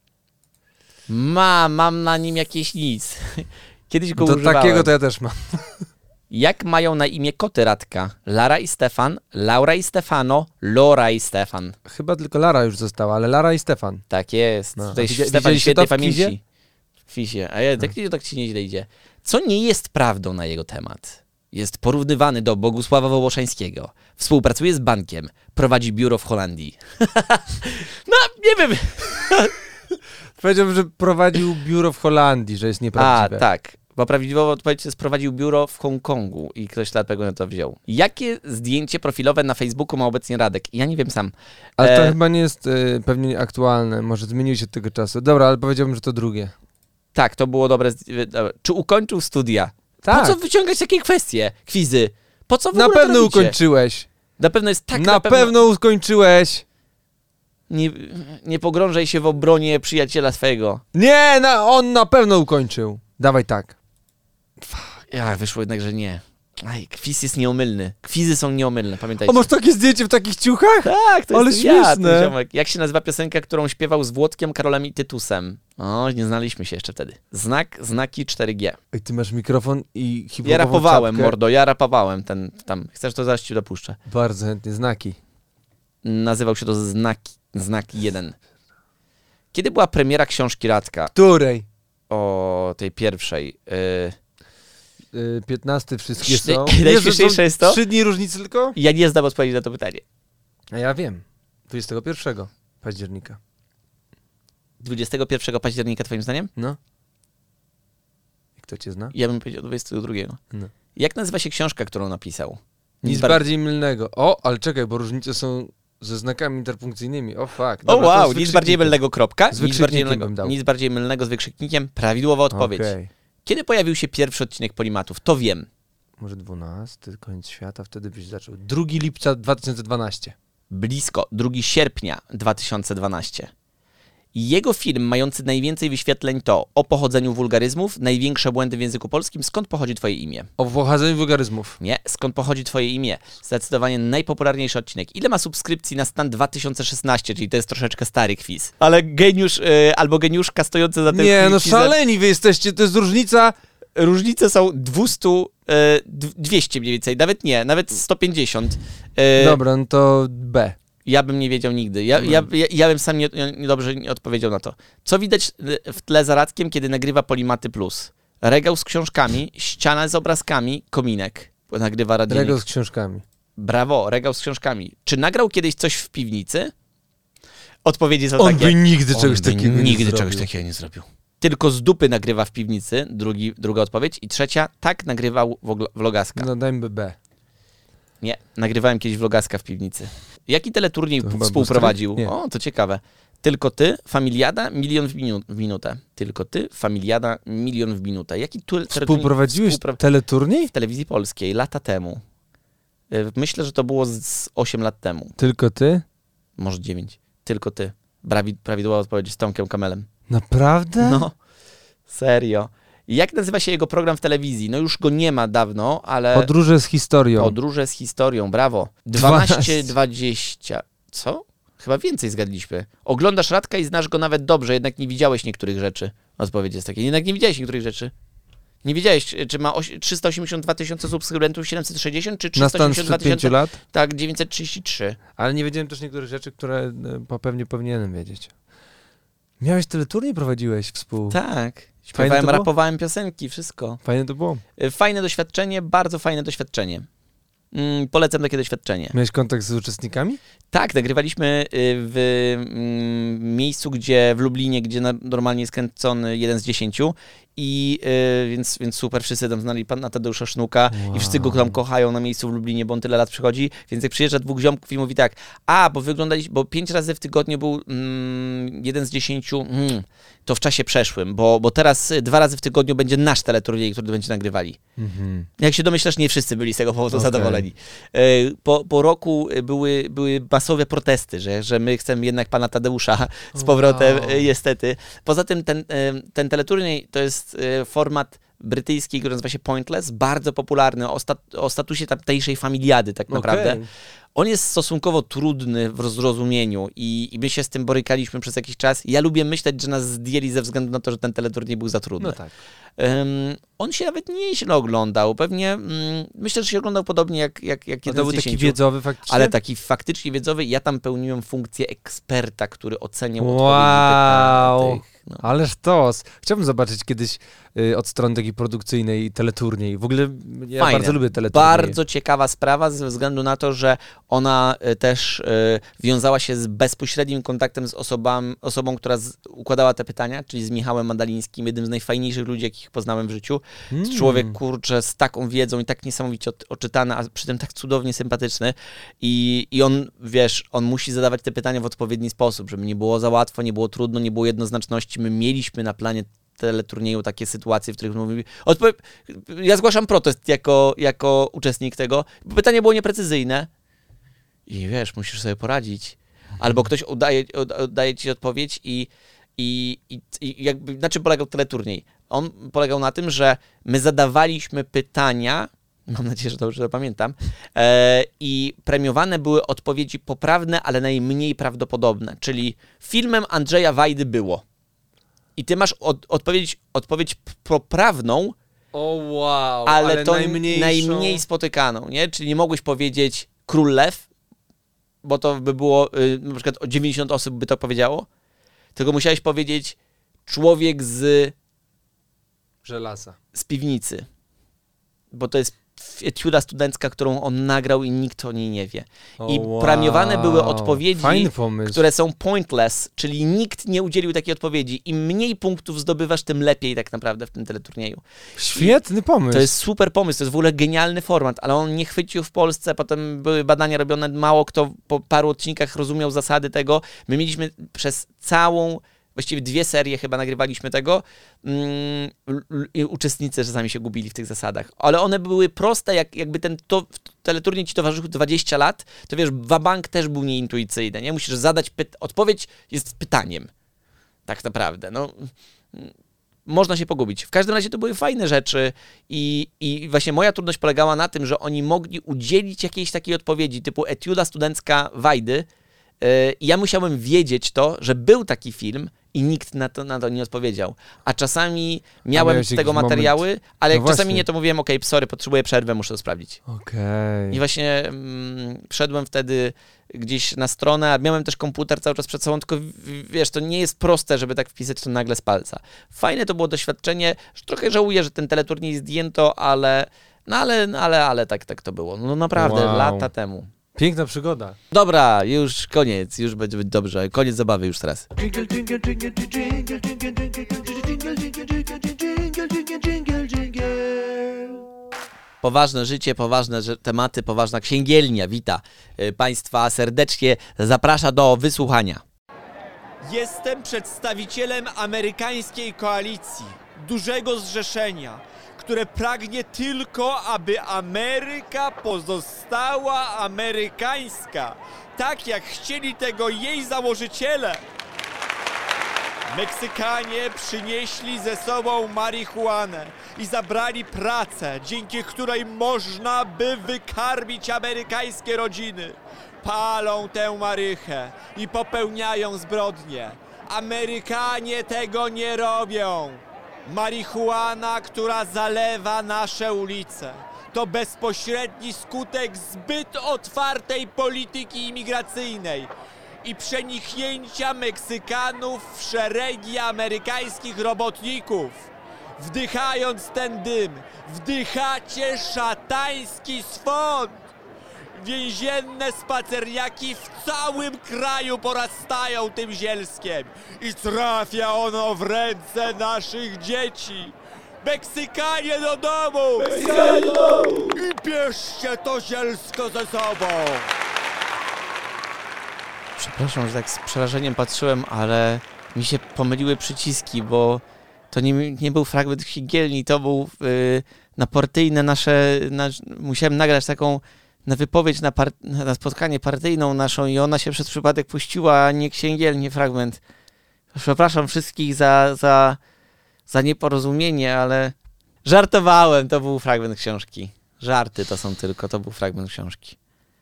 Ma, mam na nim jakieś nic. Kiedyś go Do używałem. takiego to ja też mam. Jak mają na imię koty Radka? Lara i Stefan, Laura i Stefano, Lora i Stefan. Chyba tylko Lara już została, ale Lara i Stefan. Tak jest. No. Tutaj A widzia- Stefan widzieliście świetnej to w quizie? pamięci. W kwizie. A ja, tak, tak ci nieźle idzie. Co nie jest prawdą na jego temat? Jest porównywany do Bogusława Wołoszańskiego. Współpracuje z bankiem. Prowadzi biuro w Holandii. No, nie wiem. Powiedziałbym, że prowadził biuro w Holandii, że jest A, nieprawdziwe. tak. Bo prawidłowa odpowiedź jest prowadził biuro w Hongkongu i ktoś dlatego na to wziął. Jakie zdjęcie profilowe na Facebooku ma obecnie Radek? Ja nie wiem sam. Ale to E, chyba nie jest y, pewnie aktualne, może zmieniło się od tego czasu. Dobra, ale powiedziałbym, że to drugie. Tak, to było dobre. zdj- dobra. Czy ukończył studia? Tak, Po co wyciągać takie kwestie, kwizy? Po co w na ogóle to pewno robicie? ukończyłeś. Na pewno jest tak, na, na, pewno ukończyłeś. Nie, nie pogrążaj się w obronie przyjaciela swojego. Nie, na, on na pewno ukończył. Dawaj tak. Ja, wyszło jednak, że nie. Aj, kwiz jest nieomylny. Kwizy są nieomylne, pamiętajcie. O, masz takie zdjęcie w takich ciuchach? Tak, to Ale jest ja, ten śmieszne. ziomek. Jak się nazywa piosenka, którą śpiewał z Włodkiem, Karolem i Tytusem? O, nie znaliśmy się jeszcze wtedy. Znak, znaki cztery G. Ej, ty masz mikrofon i hip-hopową Ja rapowałem, czapkę. mordo, ja rapowałem ten tam. Chcesz, to zaraz ci dopuszczę. Bardzo chętnie, znaki. Nazywał się to Znaki, Znak jeden. Kiedy była premiera książki Radka? Której? O tej pierwszej. Yy... Y, piętnasty wszystkie Szty- są. najśmieszniejsze jest to? Trzy dni różnicy tylko? Ja nie znam odpowiedzi na to pytanie. A ja wiem. dwudziestego pierwszego października. dwudziestego pierwszego października twoim zdaniem? No. I kto cię zna? Ja bym powiedział dwudziestego drugiego. No. Jak nazywa się książka, którą napisał? Nic bar- bardziej mylnego. O, ale czekaj, bo różnice są ze znakami interpunkcyjnymi. O, fuck. O Dobra, to wow, z nic bardziej wykrzyknikiem. mylnego, kropka. Z Nic bardziej wykrzyknikiem mylnego, bym dał. nic bardziej mylnego z wykrzyknikiem. Prawidłowa odpowiedź. Okej. Kiedy pojawił się pierwszy odcinek Polimatów? To wiem. Może dwunasty, koniec świata, wtedy byś zaczął. drugiego lipca dwa tysiące dwunastego. Blisko. drugiego sierpnia dwa tysiące dwunastego. Jego film mający najwięcej wyświetleń to o pochodzeniu wulgaryzmów, największe błędy w języku polskim, skąd pochodzi twoje imię? O pochodzeniu wulgaryzmów. Nie, skąd pochodzi twoje imię? Zdecydowanie najpopularniejszy odcinek. Ile ma subskrypcji na stan dwa tysiące szesnasty, czyli to jest troszeczkę stary quiz. Ale geniusz yy, albo geniuszka stojący za tym Nie, no quizem- szaleni wy jesteście, to jest różnica. Różnice są dwieście e, dwieście mniej więcej, nawet nie, nawet sto pięćdziesiąt. E, Dobra, no to B. Ja bym nie wiedział nigdy. Ja, ja, ja, ja bym sam nie, nie, dobrze nie odpowiedział na to. Co widać w tle za Radkiem, kiedy nagrywa Polimaty Plus? Regał z książkami, ściana z obrazkami, kominek. Nagrywa radionik. Regał z książkami. Brawo, regał z książkami. Czy nagrał kiedyś coś w piwnicy? Odpowiedzi są On takie. by nigdy On czegoś by takiego nie nigdy zrobił. czegoś takiego nie zrobił. Tylko z dupy nagrywa w piwnicy, drugi, druga odpowiedź. I trzecia, tak nagrywał vlogaska. No dajmy B. Nie, nagrywałem kiedyś vlogaska w piwnicy. Jaki teleturniej To chyba współprowadził? Bustry? Nie. O, to ciekawe. Tylko ty, Familiada, milion w, minu w minutę. Tylko ty, Familiada, milion w minutę. Jaki tu Współprowadziłeś współpra teleturniej? w telewizji polskiej lata temu? Y, Myślę, że to było z osiem lat temu. Tylko ty? Może dziewięć. Tylko ty. Brawi prawidłowa odpowiedź z Tomkiem Kamelem. Naprawdę? No, serio. Jak nazywa się jego program w telewizji? No już go nie ma dawno, ale... Podróże z historią. Podróże z historią, brawo. dwanaście. dwanaście dwadzieścia. Co? Chyba więcej zgadliśmy. Oglądasz Radka i znasz go nawet dobrze, jednak nie widziałeś niektórych rzeczy. Odpowiedź jest taka. Jednak nie widziałeś niektórych rzeczy. Nie wiedziałeś, czy ma trzysta osiemdziesiąt dwa tysiące subskrybentów, siedemset sześćdziesiąt, czy Na trzysta stan osiemdziesiąt dwa sprzed pięciu tysiące? lat? Tak, dziewięćset trzydzieści trzy. Ale nie wiedziałem też niektórych rzeczy, które e, pewnie powinienem wiedzieć. Miałeś teleturniej, prowadziłeś współ. Tak. Fajne Śpiewałem, to było? rapowałem piosenki, wszystko. Fajne to było. Fajne doświadczenie, bardzo fajne doświadczenie. Mm, polecam takie doświadczenie. Miałeś kontakt z uczestnikami? Tak, nagrywaliśmy w mm, miejscu, gdzie w Lublinie, gdzie na, normalnie jest kręcony jeden z dziesięciu i y, więc, więc super, wszyscy tam znali pana Tadeusza Sznuka Wow. i wszyscy go tam kochają na miejscu w Lublinie, bo on tyle lat przychodzi, więc jak przyjeżdża dwóch ziomków i mówi tak, a, bo wyglądaliście, bo pięć razy w tygodniu był mm, jeden z dziesięciu, mm, to w czasie przeszłym, bo, bo teraz y, dwa razy w tygodniu będzie nasz teleturniej, który będzie nagrywali. Mhm. Jak się domyślasz, nie wszyscy byli z tego powodu Okay. zadowoleni. Po, po roku były, były masowe protesty, że, że my chcemy jednak pana Tadeusza z powrotem, Wow. niestety. Poza tym ten, ten teleturniej to jest format brytyjski, który nazywa się Pointless, bardzo popularny, o, stat o statusie tamtejszej familiady tak naprawdę. Okay. On jest stosunkowo trudny w zrozumieniu i, i my się z tym borykaliśmy przez jakiś czas. Ja lubię myśleć, że nas zdjęli ze względu na to, że ten teleturniej był za trudny. No tak. Um, on się nawet nieźle oglądał. Pewnie, um, myślę, że się oglądał podobnie jak, jak, jak A jeden to z był taki dziesięciu. wiedzowy faktycznie? Ale taki faktycznie wiedzowy. Ja tam pełniłem funkcję eksperta, który oceniał Wow. odpowiedzi pytań. No. Ale sztos. Chciałbym zobaczyć kiedyś y, od strony takiej produkcyjnej teleturniej. W ogóle ja Fajne. bardzo lubię teleturniej. Bardzo ciekawa sprawa ze względu na to, że ona y, też y, wiązała się z bezpośrednim kontaktem z osobami, osobą, która z, układała te pytania, czyli z Michałem Madalińskim, jednym z najfajniejszych ludzi, jakich poznałem w życiu. Mm. Człowiek, kurczę, z taką wiedzą i tak niesamowicie od, oczytany, a przy tym tak cudownie sympatyczny. I, I on, wiesz, on musi zadawać te pytania w odpowiedni sposób, żeby nie było za łatwo, nie było trudno, nie było jednoznaczności. My mieliśmy na planie teleturnieju takie sytuacje, w których mówili... Odpo ja zgłaszam protest jako, jako uczestnik tego, bo pytanie było nieprecyzyjne. I wiesz, musisz sobie poradzić. Albo ktoś udaje, oddaje ci odpowiedź i, i, i, i jakby... Na czym polegał teleturniej? On polegał na tym, że my zadawaliśmy pytania, mam nadzieję, że dobrze pamiętam, e, i premiowane były odpowiedzi poprawne, ale najmniej prawdopodobne. Czyli filmem Andrzeja Wajdy było. I ty masz od, odpowiedź, odpowiedź poprawną, O wow, ale, ale to najmniejszą... najmniej spotykaną, nie? Czyli nie mogłeś powiedzieć Król Lew, bo to by było, y, na przykład o dziewięćdziesiąt osób by to powiedziało, tylko musiałeś powiedzieć człowiek z, Żelasa. z piwnicy, bo to jest etiuda studencka, którą on nagrał i nikt o niej nie wie. O, I wow. premiowane były odpowiedzi, Fajny pomysł. które są pointless, czyli nikt nie udzielił takiej odpowiedzi. Im mniej punktów zdobywasz, tym lepiej tak naprawdę w tym teleturnieju. Świetny pomysł. To jest super pomysł, to jest w ogóle genialny format, ale on nie chwycił w Polsce, potem były badania robione, mało kto po paru odcinkach rozumiał zasady tego. My mieliśmy przez całą, właściwie dwie serie chyba nagrywaliśmy tego, mm, i uczestnicy czasami się gubili w tych zasadach, ale one były proste, jak, jakby ten to, teleturniej ci towarzyszył dwadzieścia lat, to wiesz, wabank też był nieintuicyjny, nie? Musisz zadać, pyt- odpowiedź jest pytaniem, tak naprawdę, no... Można się pogubić. W każdym razie to były fajne rzeczy i, i właśnie moja trudność polegała na tym, że oni mogli udzielić jakiejś takiej odpowiedzi, typu etiuda studencka Wajdy, yy, i ja musiałem wiedzieć to, że był taki film i nikt na to, na to nie odpowiedział. A czasami miałem z tego jakiś materiały, moment. ale jak No czasami właśnie. nie, to mówiłem, okej, okay, sorry, potrzebuję przerwę, muszę to sprawdzić. Okej. I właśnie mm, wszedłem wtedy gdzieś na stronę, a miałem też komputer cały czas przed sobą, tylko w- wiesz, to nie jest proste, żeby tak wpisać to nagle z palca. Fajne to było doświadczenie, że trochę żałuję, że ten teleturniej zdjęto, ale no ale, no ale, ale tak, tak to było. No naprawdę, Wow. lata temu. Piękna przygoda. Dobra, już koniec, już będzie dobrze, koniec zabawy już teraz. Jingle, jingle, jingle, jingle, jingle, jingle, jingle, jingle, jingle, jingle, jingle, jingle, jingle. Poważne życie, poważne że- tematy, poważna księgielnia wita y, Państwa serdecznie, zaprasza do wysłuchania. Jestem przedstawicielem amerykańskiej koalicji, dużego zrzeszenia, które pragnie tylko, aby Ameryka pozostała amerykańska, tak jak chcieli tego jej założyciele. Meksykanie przynieśli ze sobą marihuanę i zabrali pracę, dzięki której można by wykarmić amerykańskie rodziny. Palą tę marychę i popełniają zbrodnie. Amerykanie tego nie robią. Marihuana, która zalewa nasze ulice, to bezpośredni skutek zbyt otwartej polityki imigracyjnej i przeniknięcia Meksykanów w szeregi amerykańskich robotników. Wdychając ten dym, wdychacie szatański swąd. Więzienne spacerniaki w całym kraju porastają tym zielskiem i trafia ono w ręce naszych dzieci. Meksykanie do domu! Meksykanie do domu! I bierzcie to zielsko ze sobą! Przepraszam, że tak z przerażeniem patrzyłem, ale mi się pomyliły przyciski, bo to nie, nie był fragment księgielni, to był yy, na partyjne nasze, nasz, musiałem nagrać taką na wypowiedź na, par, na spotkanie partyjną naszą i ona się przez przypadek puściła, a nie księgielnie fragment. Przepraszam wszystkich za, za, za nieporozumienie, ale żartowałem, to był fragment książki. Żarty to są tylko, to był fragment książki.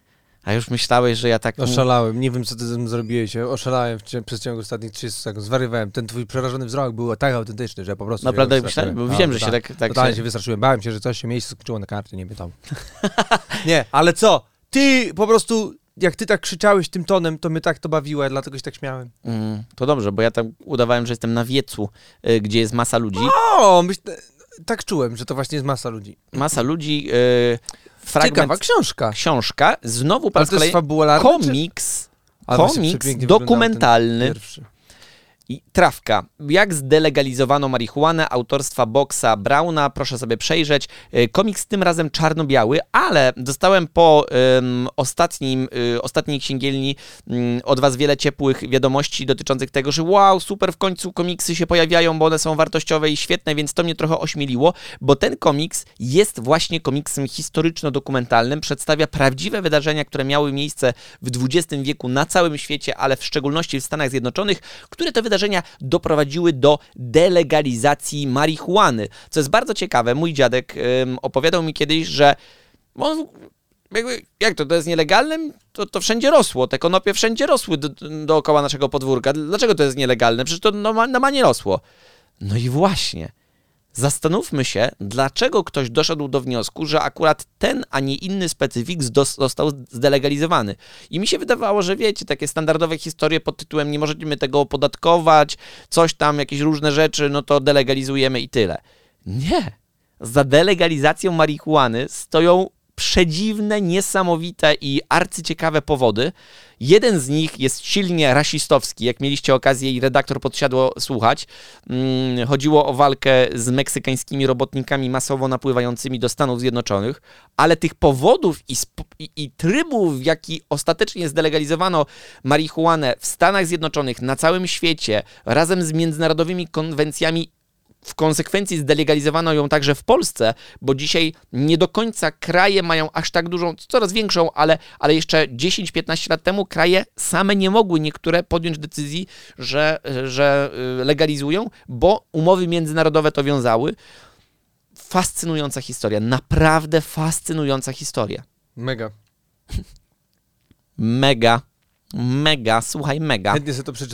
A już myślałeś, że ja tak... Oszalałem, nie wiem co ty ze mną zrobiłeś, oszalałem w cie- przez ciągu ostatnich trzydziestu sekund, zwariowałem. Ten twój przerażony wzrok był tak autentyczny, że po prostu... Naprawdę się myślałem, bo wystraszyłem. widziałem, No, że się total- tak... tak Totalnie się... się wystraszyłem, bałem się, że coś się miejsce skończyło na karcie, nie pytał. Nie, ale co? Ty po prostu, jak ty tak krzyczałeś tym tonem, to mnie tak to bawiło, ja dlatego się tak śmiałem. Mm, to dobrze, bo ja tam udawałem, że jestem na wiecu, y, gdzie jest masa ludzi. O, myślę, tak czułem, że to właśnie jest masa ludzi. Masa ludzi, y, fragment... Ciekawa książka. Książka, znowu po Ale raz to jest kolejny fabularne, czy... komiks, Ale właśnie komiks przepięknie wyglądał dokumentalny. ten pierwszy. I trawka. Jak zdelegalizowano marihuanę autorstwa Boxa Browna, proszę sobie przejrzeć. Y, Komiks tym razem czarno-biały, ale dostałem po ym, ostatnim, y, ostatniej księgielni ym, od was wiele ciepłych wiadomości dotyczących tego, że wow, super, w końcu komiksy się pojawiają, bo one są wartościowe i świetne, więc to mnie trochę ośmieliło, bo ten komiks jest właśnie komiksem historyczno-dokumentalnym, przedstawia prawdziwe wydarzenia, które miały miejsce w dwudziestym wieku na całym świecie, ale w szczególności w Stanach Zjednoczonych, które to wydarzenia doprowadziły do delegalizacji marihuany. Co jest bardzo ciekawe, mój dziadek ym, opowiadał mi kiedyś, że on, jakby, jak to, to jest nielegalne? To, to wszędzie rosło, te konopie wszędzie rosły do, dookoła naszego podwórka. Dlaczego to jest nielegalne? Przecież to normalnie rosło. No i właśnie. Zastanówmy się, dlaczego ktoś doszedł do wniosku, że akurat ten, a nie inny specyfik zdos- został zdelegalizowany. I mi się wydawało, że wiecie, takie standardowe historie pod tytułem nie możemy tego opodatkować, coś tam, jakieś różne rzeczy, no to delegalizujemy i tyle. Nie. Za delegalizacją marihuany stoją przedziwne, niesamowite i arcyciekawe powody. Jeden z nich jest silnie rasistowski, jak mieliście okazję i redaktor Podsiadło słuchać. Hmm, chodziło o walkę z meksykańskimi robotnikami masowo napływającymi do Stanów Zjednoczonych, ale tych powodów i, sp- i, i trybów, w jaki ostatecznie zdelegalizowano marihuanę w Stanach Zjednoczonych, na całym świecie, razem z międzynarodowymi konwencjami, w konsekwencji zdelegalizowano ją także w Polsce, bo dzisiaj nie do końca kraje mają aż tak dużą, coraz większą, ale, ale jeszcze dziesięć piętnaście lat temu kraje same nie mogły niektóre podjąć decyzji, że, że legalizują, bo umowy międzynarodowe to wiązały. Fascynująca historia, naprawdę fascynująca historia. Mega. Mega, mega, słuchaj, mega. Chętnie sobie to przeczytam.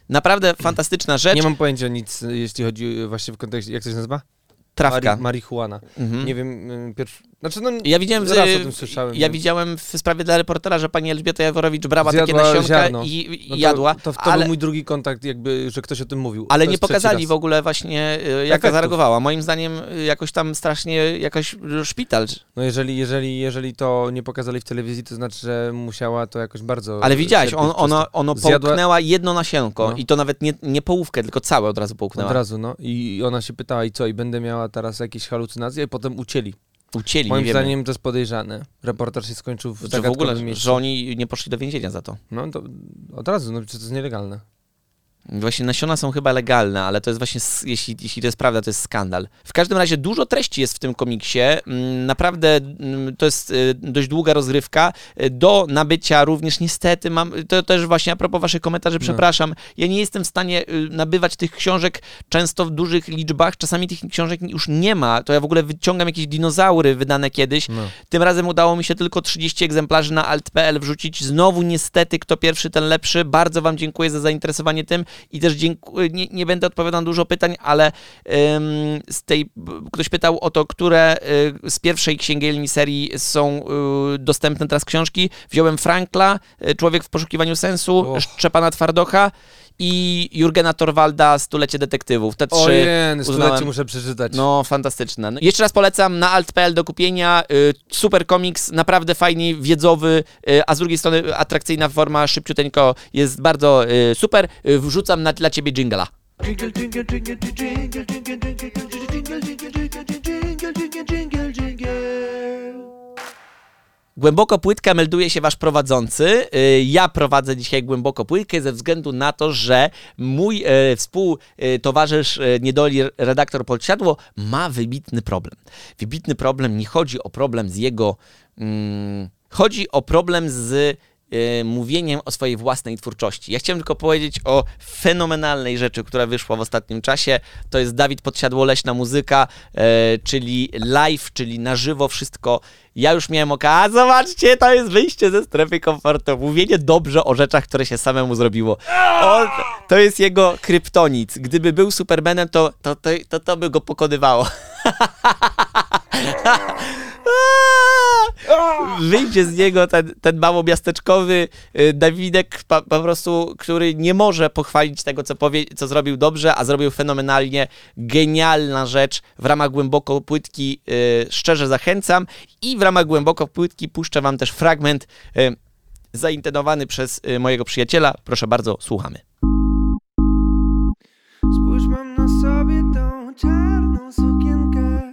Naprawdę fantastyczna rzecz. Nie mam pojęcia nic, jeśli chodzi właśnie w kontekście, jak to się nazywa? Trawka. Mari- marihuana. Mhm. Nie wiem, y, pierwszy... Znaczy, no, Ja widziałem, raz że, o tym słyszałem. ja więc- widziałem w sprawie dla reportera, że pani Elżbieta Jaworowicz brała takie Zjadła nasionka ziarno. i, i No to, jadła, To, to ale, był mój drugi kontakt, jakby, że ktoś o tym mówił. ale To nie jest trzeci pokazali raz. w ogóle właśnie, y, jak Efektów. zareagowała. Moim zdaniem y, jakoś tam strasznie, jakoś y, szpital. No jeżeli, jeżeli, jeżeli to nie pokazali w telewizji, to znaczy, że musiała to jakoś bardzo... Ale widziałeś, on, cierpieć przez ono, to. ono Zjadła- połknęła jedno nasionko No. i to nawet nie, nie połówkę, tylko całe od razu połknęła. Od razu, no. I ona się pytała, i co, i będę miała teraz jakieś halucynacje, i potem ucięli. Ucięli, Moim nie wiemy. zdaniem to jest podejrzane. Reportaż się skończył w Że w zagadkowym ogóle, miejscu. że oni nie poszli do więzienia za to. No to od razu, no przecież to jest nielegalne. Właśnie nasiona są chyba legalne, ale to jest właśnie, s- jeśli, jeśli to jest prawda, to jest skandal. W każdym razie dużo treści jest w tym komiksie. Mm, Naprawdę mm, to jest y, dość długa rozgrywka. Y, Do nabycia również niestety mam, to też właśnie a propos waszych komentarzy, przepraszam, ja nie jestem w stanie y, nabywać tych książek często w dużych liczbach. Czasami tych książek już nie ma. To ja w ogóle wyciągam jakieś dinozaury wydane kiedyś. No. Tym razem udało mi się tylko trzydzieści egzemplarzy na alt kropka p l wrzucić. Znowu niestety, kto pierwszy, ten lepszy. Bardzo wam dziękuję za zainteresowanie tym i też dziękuję, nie, nie będę odpowiadał na dużo pytań, ale ym, z tej, ktoś pytał o to, które y, z pierwszej księgielni serii są y, dostępne teraz książki. Wziąłem Frankla, y, Człowiek w poszukiwaniu sensu, Och. Szczepana Twardocha i Jurgena Torwalda, Stulecie detektywów. Te trzy Ojej, uznałem- stulecie muszę przeczytać. no, fantastyczne. No, jeszcze raz polecam na alt kropka p l do kupienia. Y, super komiks, naprawdę fajny, wiedzowy, y, a z drugiej strony atrakcyjna forma, szybciuteńko, jest bardzo y, super. Y, wrzucam na, dla ciebie dżingla. Jingle, jingle, jingle, jingle, jingle, jingle, jingle, jingle, jingle, jingle, jingle, jingle, jingle, jingle. Głęboko Płytkę melduje się wasz prowadzący. Y, Ja prowadzę dzisiaj Głęboko Płytkę ze względu na to, że mój e, współtowarzysz e, niedoli, redaktor Podsiadło, ma wybitny problem. Wybitny problem, nie chodzi o problem z jego... Mm, chodzi o problem z e, mówieniem o swojej własnej twórczości. Ja chciałem tylko powiedzieć o fenomenalnej rzeczy, która wyszła w ostatnim czasie. To jest Dawid Podsiadło, Leśna Muzyka, e, czyli live, czyli na żywo wszystko. Ja już miałem okazję, zobaczcie, to jest wyjście ze strefy komfortu. Mówienie dobrze o rzeczach, które się samemu zrobiło. On, to jest jego kryptonit. Gdyby był Supermanem, to to, to, to, to by go pokonywało. Wyjdzie z niego ten, ten małomiasteczkowy y, Dawidek, po, po prostu, który nie może pochwalić tego, co, powie, co zrobił dobrze, a zrobił fenomenalnie. Genialna rzecz. W ramach Głęboko Płytki y, szczerze zachęcam i w ramach Głęboko Płytki puszczę wam też fragment y, zaintendowany przez y, mojego przyjaciela. Proszę bardzo, słuchamy. Spójrz, mam na sobie tą czarną sukienkę.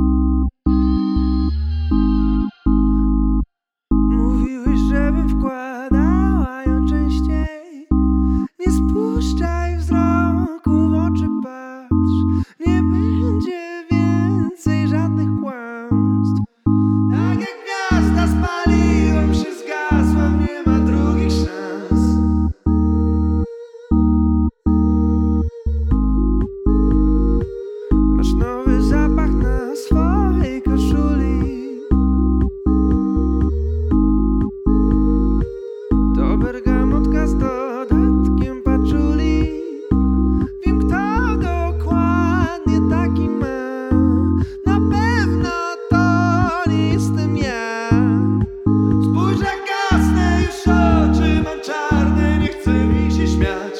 Mówiłeś, żebym wkładała ją częściej. Nie spuszczaj wzroku w oczy, patrz. Nie będzie więcej żadnych kłamstw. Tak jak gwiazda spaliłam się, zgasłam, nie ma drugich szans. Masz nowy zapach na swojej koszuli. To bergamotka z dodatkiem paczuli. Wiem, kto dokładnie taki ma. Na pewno to nie jestem ja. Spójrz, jak gasnę już oczy, mam czarne, nie chce mi się śmiać.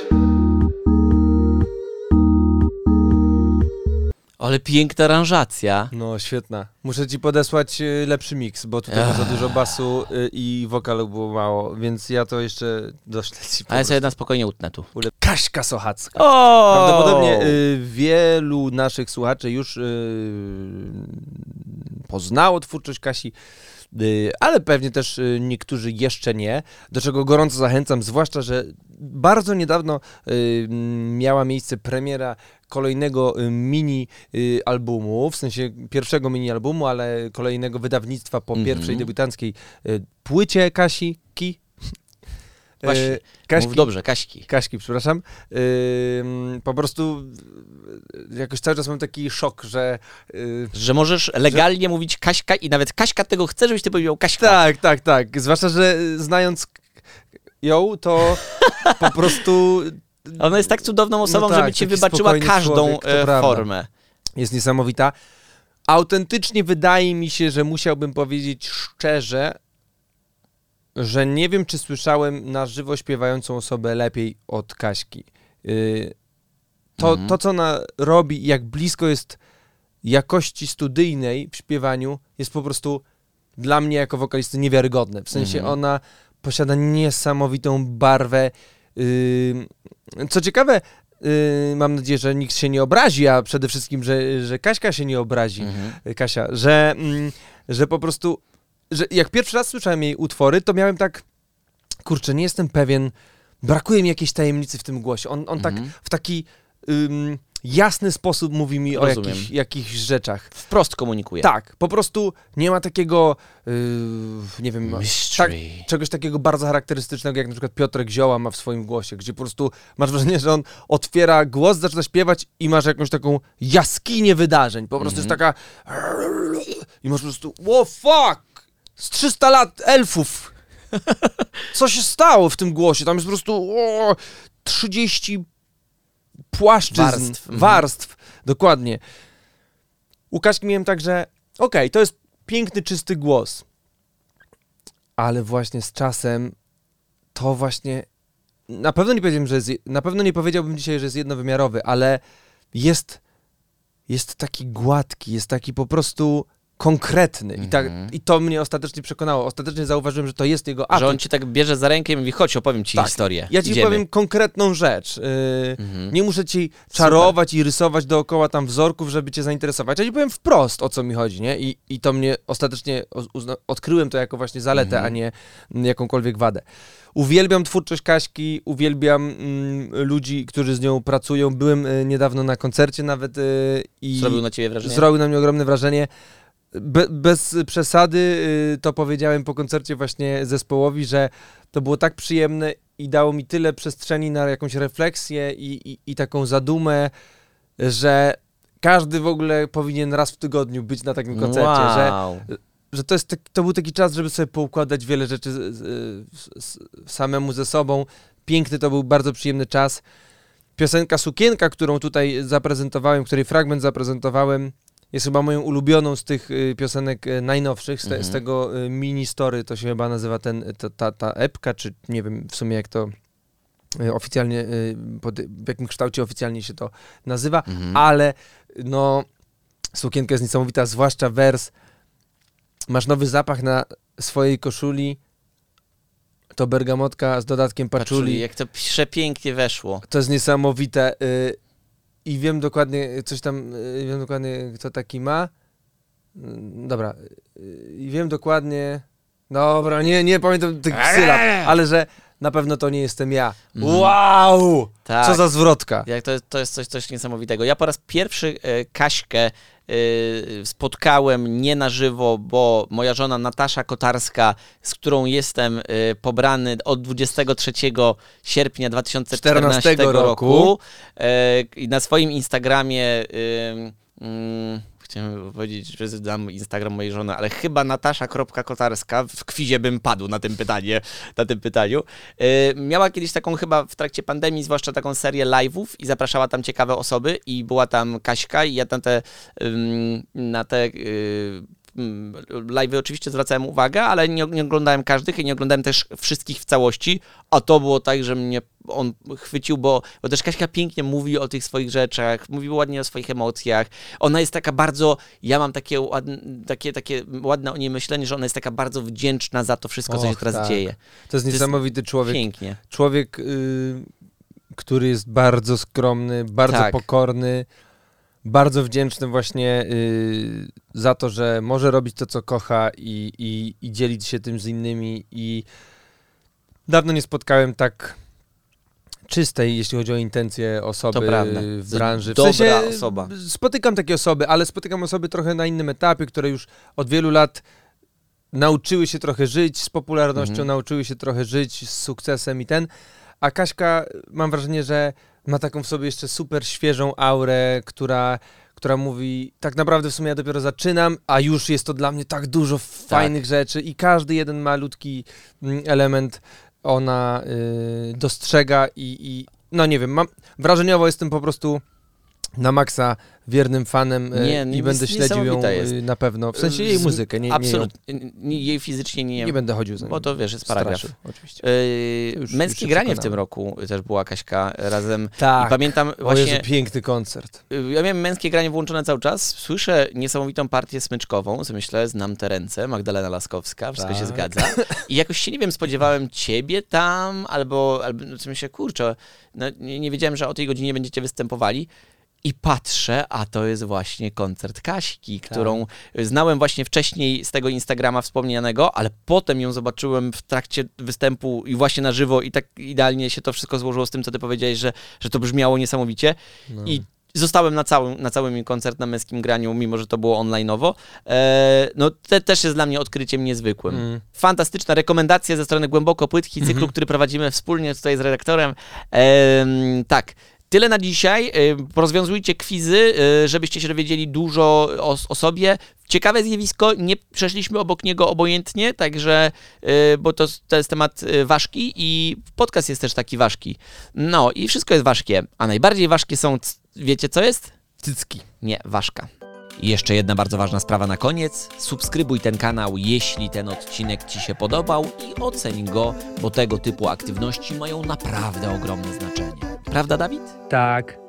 Ale piękna aranżacja. No, świetna. Muszę ci podesłać y, lepszy miks, bo tutaj było za dużo basu y, i wokalu było mało, więc ja to jeszcze doszlę ci. po A ja sobie prostu. na spokojnie utnę tu. Kaśka Sochacka. O! Prawdopodobnie y, wielu naszych słuchaczy już y, poznało twórczość Kasi, y, ale pewnie też y, niektórzy jeszcze nie, do czego gorąco zachęcam, zwłaszcza, że bardzo niedawno y, miała miejsce premiera kolejnego y, mini y, albumu, w sensie pierwszego mini albumu, ale kolejnego wydawnictwa po Mhm. pierwszej debiutanckiej y, płycie Kasi, Ki. Właśnie, Y, Kaśki. Mów dobrze, Kaśki. Kaśki, przepraszam. Ym, po prostu y, jakoś cały czas mam taki szok, że... y, Że możesz legalnie mówić Kaśka i nawet Kaśka tego chce, żebyś ty powiedział Kaśka. tak, tak, tak. Zwłaszcza, że y, znając ją, to po prostu Ona jest tak cudowną osobą, tak, żeby ci taki wybaczyła spokojny każdą człowiek, to e, prawda. formę. Jest niesamowita. Autentycznie wydaje mi się, że musiałbym powiedzieć szczerze, że nie wiem, czy słyszałem na żywo śpiewającą osobę lepiej od Kaśki. Yy, to, Mhm. to, co ona robi, jak blisko jest jakości studyjnej w śpiewaniu, jest po prostu dla mnie jako wokalisty niewiarygodne. W sensie Mhm. ona posiada niesamowitą barwę. Yy, co ciekawe, yy, mam nadzieję, że nikt się nie obrazi, a przede wszystkim, że, że Kaśka się nie obrazi, Mhm. Kasia, że, mm, że po prostu, że jak pierwszy raz słyszałem jej utwory, to miałem tak, kurczę, nie jestem pewien, brakuje mi jakiejś tajemnicy w tym głosie. On, on tak Mhm. w taki ym, jasny sposób mówi mi o Rozumiem. jakichś, jakichś rzeczach. Wprost komunikuje. Tak, po prostu nie ma takiego, yy, nie wiem, tak, Mystery. czegoś takiego bardzo charakterystycznego, jak na przykład Piotrek Zioła ma w swoim głosie, gdzie po prostu masz wrażenie, że on otwiera głos, zaczyna śpiewać i masz jakąś taką jaskinię wydarzeń. Po prostu Mhm. jest taka i masz po prostu, wow, fuck, z trzysta lat elfów. Co się stało w tym głosie? Tam jest po prostu o, trzydzieści płaszczyzn, Warstw. warstw, Mhm. dokładnie. U Kaśki miałem tak, że okej, to jest piękny, czysty głos, ale właśnie z czasem to właśnie, na pewno nie powiedziałbym, że jest, na pewno nie powiedziałbym dzisiaj, że jest jednowymiarowy, ale jest, jest taki gładki, jest taki po prostu konkretny. I, tak, Mhm. I to mnie ostatecznie przekonało. Ostatecznie zauważyłem, że to jest jego Że atut. on cię tak bierze za rękę i mówi, chodź, opowiem ci Tak. historię. Ja ci Idziemy. powiem konkretną rzecz. Yy, Mhm. Nie muszę ci czarować i rysować dookoła tam wzorków, żeby cię zainteresować. Ja ci powiem wprost, o co mi chodzi, nie? I, i to mnie ostatecznie o- uzna- odkryłem to jako właśnie zaletę, Mhm. a nie mm, jakąkolwiek wadę. Uwielbiam twórczość Kaśki, uwielbiam mm, ludzi, którzy z nią pracują. Byłem y, niedawno na koncercie nawet y, i Zrobił na ciebie wrażenie? zrobił na mnie ogromne wrażenie. Be, bez przesady y, to powiedziałem po koncercie właśnie zespołowi, że to było tak przyjemne i dało mi tyle przestrzeni na jakąś refleksję i, i, i taką zadumę, że każdy w ogóle powinien raz w tygodniu być na takim koncercie, że, wow. że to, jest tak, to był taki czas, żeby sobie poukładać wiele rzeczy z, z, z, samemu ze sobą. Piękny to był, bardzo przyjemny czas. Piosenka Sukienka, którą tutaj zaprezentowałem, której fragment zaprezentowałem, jest chyba moją ulubioną z tych y, piosenek y, najnowszych, z, te, Mhm. z tego y, mini story, to się chyba nazywa ten, ta, ta, ta epka, czy nie wiem w sumie jak to y, oficjalnie, y, pod, w jakim kształcie oficjalnie się to nazywa, Mhm. ale no Sukienka jest niesamowita, zwłaszcza wers. Masz nowy zapach na swojej koszuli, to bergamotka z dodatkiem Paczuli, paczuli. jak to przepięknie weszło. To jest niesamowite. Y, I wiem dokładnie, coś tam, y, wiem dokładnie, kto taki ma. Y, Dobra. Y, I wiem dokładnie. Dobra, nie, nie pamiętam tych sylab, ale że na pewno to nie jestem ja. Mhm. Wow! Tak. Co za zwrotka. Jak to, to jest coś, coś niesamowitego. Ja po raz pierwszy e, Kaśkę e, spotkałem nie na żywo, bo moja żona Natasza Kotarska, z którą jestem e, pobrany od dwudziestego trzeciego sierpnia dwa tysiące czternastego czternastego roku roku. e, i na swoim Instagramie e, mm, chciałem powiedzieć, że dam Instagram mojej żony, ale chyba natasza.kotarska, w kwizie bym padł na tym pytanie, na tym pytaniu. Yy, miała kiedyś taką chyba w trakcie pandemii, zwłaszcza taką serię live'ów i zapraszała tam ciekawe osoby i była tam Kaśka i ja na te, ym, na te yy, live'y oczywiście zwracałem uwagę, ale nie, nie oglądałem każdych i nie oglądałem też wszystkich w całości, a to było tak, że mnie on chwycił, bo, bo też Kaśka pięknie mówi o tych swoich rzeczach, mówi ładnie o swoich emocjach. Ona jest taka bardzo, ja mam takie, ładne, takie, takie ładne o niej myślenie, że ona jest taka bardzo wdzięczna za to wszystko, co się Och, teraz tak. dzieje. To jest niesamowity człowiek. Pięknie. Człowiek, y, który jest bardzo skromny, bardzo Tak. pokorny, bardzo wdzięczny właśnie y, za to, że może robić to, co kocha i, i, i dzielić się tym z innymi. I dawno nie spotkałem tak czystej, jeśli chodzi o intencje osoby To prawda. w branży. W Dobra sensie, osoba. spotykam takie osoby, ale spotykam osoby trochę na innym etapie, które już od wielu lat nauczyły się trochę żyć z popularnością, Mhm. nauczyły się trochę żyć z sukcesem i ten. A Kaśka, mam wrażenie, że ma taką w sobie jeszcze super świeżą aurę, która, która mówi, tak naprawdę w sumie ja dopiero zaczynam, a już jest to dla mnie tak dużo fajnych rzeczy i każdy jeden malutki mm, element ona y, dostrzega i, i, no nie wiem, mam, wrażeniowo jestem po prostu na maksa wiernym fanem e, Nie, i nie, będę jest- śledził ją niesamowita jest. e, na pewno. W sensie jej Z- muzykę, nie, nie, ją, Absolutnie. Nie, jej fizycznie nie... nie będę chodził za nią. Bo to wiesz, jest paragraf. Straszy, oczywiście. Yy, To już- męskie już się granie w przekonałem. tym roku też była Kaśka razem. Tak. I pamiętam O właśnie... Jezu, piękny koncert. y, Ja miałem męskie granie włączone cały czas. Słyszę niesamowitą partię smyczkową. Co myślę, znam te ręce. Magdalena Laskowska, wszystko Tak. się zgadza. I jakoś się, nie wiem, spodziewałem ciebie tam, albo, albo no, co myślę, kurczę, no, nie, nie wiedziałem, że o tej godzinie będziecie występowali. I patrzę, a to jest właśnie koncert Kaśki, którą znałem właśnie wcześniej z tego Instagrama wspomnianego, ale potem ją zobaczyłem w trakcie występu i właśnie na żywo i tak idealnie się to wszystko złożyło z tym, co ty powiedziałeś, że, że to brzmiało niesamowicie. I zostałem na całym, na całym koncert na męskim graniu, mimo że to było online'owo. E, no te, też jest dla mnie odkryciem niezwykłym. Mm. Fantastyczna rekomendacja ze strony Głęboko Płytki, cyklu, Mhm. który prowadzimy wspólnie tutaj z redaktorem. E, tak. Tyle na dzisiaj. Y, Porozwiązujcie kwizy, y, żebyście się dowiedzieli dużo o, o sobie. Ciekawe zjawisko, nie przeszliśmy obok niego obojętnie, także, y, bo to, to jest temat y, ważki i podcast jest też taki ważki. No i wszystko jest ważkie, a najbardziej ważkie są, c- wiecie co jest? Cycki. Nie, ważka. I jeszcze jedna bardzo ważna sprawa na koniec. Subskrybuj ten kanał, jeśli ten odcinek Ci się podobał i oceń go, bo tego typu aktywności mają naprawdę ogromne znaczenie. Prawda, Dawid? Tak.